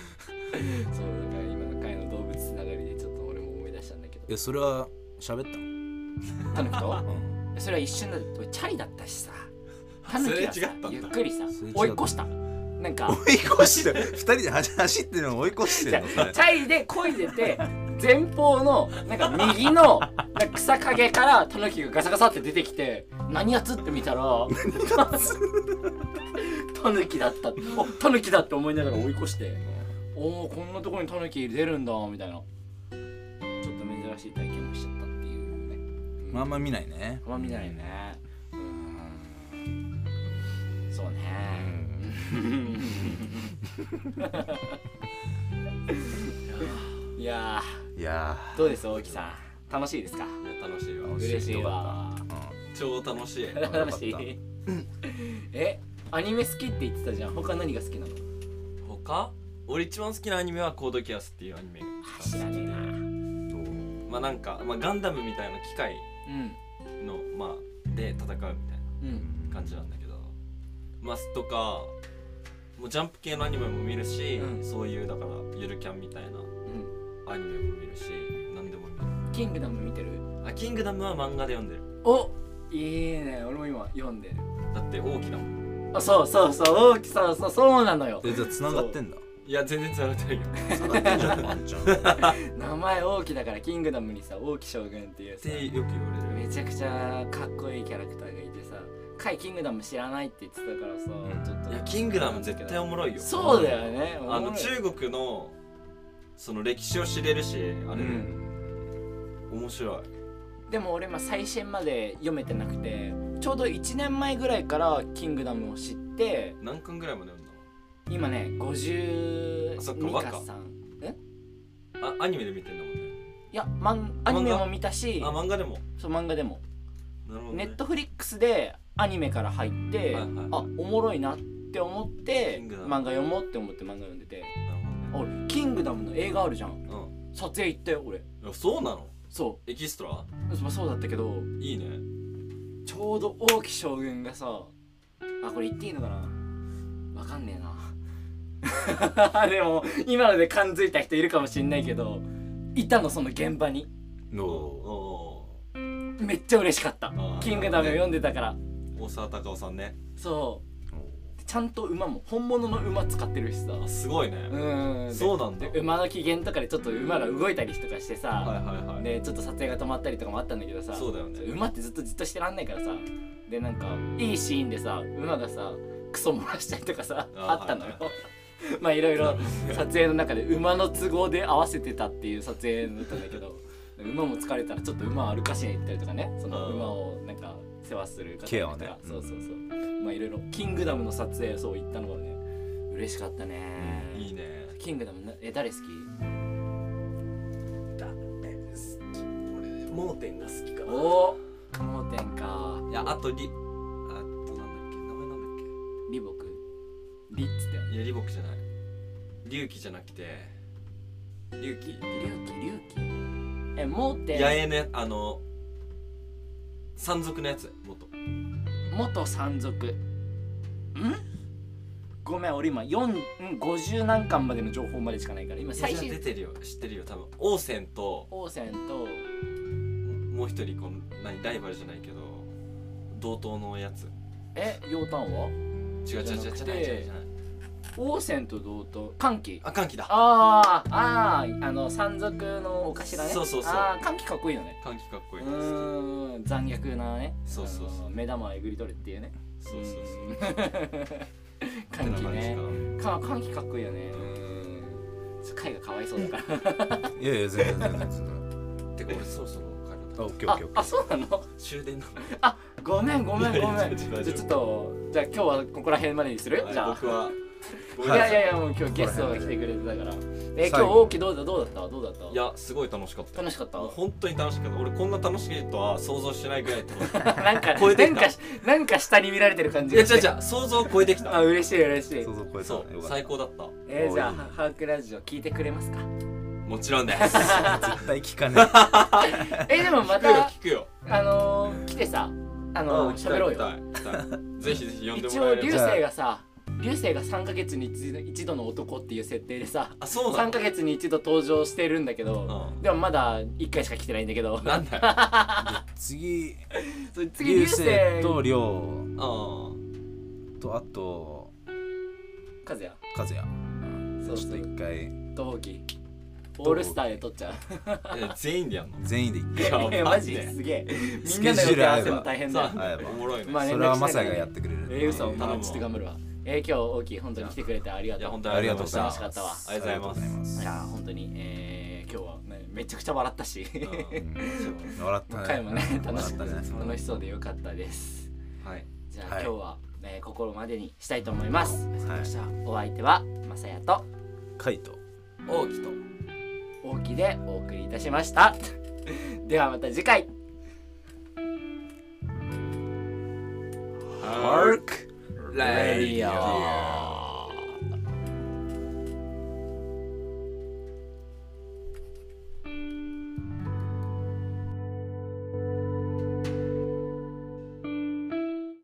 今の回の動物つながりでちょっと俺も思い出したんだけど、 それは喋ったのタヌキとうんそれは一瞬だってチャリだったしさ、タヌキがさそれ違ったんだゆっくりさそれ違った追い越した。なんか追い越して2人で走ってるのを追い越してるのそれチャリで漕いでて前方のなんか右のなんか草陰からタヌキがガサガサって出てきて、何やつって見たらタヌキだった。タヌキだって思いながら追い越して、おおこんなところにタヌキ出るんだみたいな、ちょっと珍しい体験をしちゃったっていうね。 まあんま見ないねあんま見ないね。そうね。いやいやどうです大木さん、楽しいですか？ いや楽しいわ。 嬉しいわ。 超楽しい。 楽しい。アニメ好きって言ってたじゃん。他何が好きなの？ 他？俺一番好きなアニメはコードギアスっていうアニメが知らねえな。 まあなんか、まあ、ガンダムみたいな機械のまあで戦うみたいな感じなんだけど、マスとかもうジャンプ系のアニメも見るし、そういうだからゆるキャンみたいなアニメも見るし、何でも見る。 キングダム見てる？ あ、キングダムは漫画で読んでる。 お、いいね。俺も今読んでる。 だって大きだもん。 あ、そう大きさ、そうなのよ。 じゃあ繋がってんだ。 いや全然繋がってないよ。 繋がってんじゃんワンちゃん。 名前大きだからキングダムにさ、王騎将軍っていうさ、 ってよく言われる。 めちゃくちゃかっこいいキャラクターがいてさ、カイキングダム知らないって言ってたからさ、ちょっと。 いやキングダム絶対おもろいよ。 そうだよね。 中国のその歴史を知れるし、あれ、面白い。 でも俺今最新まで読めてなくて、ちょうど1年前ぐらいからキングダムを知って、 何巻ぐらいまで読んだの？ 今ね52 そっか若かさん。 あ、アニメで見てんだもんね。 いや、アニメも見たし、 あ、漫画でも。 そう、漫画でも。 なるほどね。 ネットフリックスでアニメから入って、あ、おもろいなって思って漫画読もうって思って漫画読んでて、 なるほどね。 俺キングダムの映画あるじゃん。撮影行ったよ俺。 いや、そうなの？ そエキストラ？ う。そうだったけど、 いいね。 ちょうど王騎将軍がさ、あ、これ言っていいのかな、わかんねえな。でも今ので感づいた人いるかもしんないけど、いたのその現場に。めっちゃ嬉しかった。キングダムを読んでたから。 大沢たかおさんね。 そう。ちゃんと馬も本物の馬使ってるしさ。 すごいね。そうなんだ。 馬の機嫌とかでちょっと馬が動いたりとかしてさ、でちょっと撮影が止まったりとかもあったんだけどさ、 そうだよね。 馬ってずっとしてらんないからさ、でなんかいいシーンでさ、馬がさクソ漏らしたりとかさあったのよ。まあいろいろ撮影の中で馬の都合で合わせてたっていう撮影だったんだけど、馬も疲れたらちょっと馬を歩かしに行ったりとかね、その馬をなんか世話する方ケアをね。 そうまあいろいろキングダムの撮影そう行ったのがね嬉しかったね。 いいね。 キングダム誰好き？ 盲点が好きかな。 おー、盲点か。 いや、あとなんだっけ、名前なんだっけ。 リボクリっつって。 いや、リボクじゃない。龍騎じゃなくて龍騎。 盲点。 野営ね、山賊のやつ。 元山賊。ごめん、俺今50何巻までの情報までしかないから今最新出てるよ。知ってるよ多分。王翦ともう一人このライバルじゃないけど同等のやつ。 楊丹は？ 違う。 王翦と同等。歓喜。 あ、歓喜だ。 山賊のお頭ね。 そう。 歓喜かっこいいよね。 歓喜かっこいい。 残虐なね。 そう。 目玉をえぐり取るっていうね。 そう。 歓喜ね。歓喜かっこいいよね。貝がかわいそうだから。 いや全然。 てか俺そろそろ帰るんだ。 オッケー。 あ、そうなの？ 終電なの。 あ、ごめん。ちょっとじゃあ今日はここら辺までにする？じゃあ僕は。 いやもう今日ゲストが来てくれてたから。今日大きどうだった？ いや、すごい楽しかった。 楽しかった。 本当に楽しかった。俺こんな楽しいとは想像してないぐらい楽しかった。 なんか下に見られてる感じ。 いや違う想像を超えてきた。 あ、嬉しい。 想像超えた。そう、最高だった。 じゃあハークラジオ聞いてくれますか？ もちろんです。 絶対聞かない。 でもまた聞くよ。 来てさ、喋ろうよ。 ぜひ呼んでもらえれば。 一応流星が3ヶ月に一度の男っていう設定でさ、3ヶ月に一度登場してるんだけど、でもまだ1回しか来てないんだけど。 なんだよ。 次流星と亮とあと和也。 ちょっと一回同期オールスターで撮っちゃう。 全員でやんの？ 全員で一回。 マジすげえ。みんなの予定合わせるの大変だよ。 おもろいね。 それはマサイがやってくれる。 嘘、ちょっと頑張るわ。今日大きい本当に来てくれてありがとう。 いや本当にありがとうございます。 楽しかったわ。 ありがとうございます。 いや本当に今日はめちゃくちゃ笑ったし。 笑ったね。 回もね楽しそうでよかったです。 はい。 じゃあ今日はここまでにしたいと思います。じゃあお相手はまさやとカイト、 大木と大木でお送りいたしました。ではまた次回。 ハークラディオ。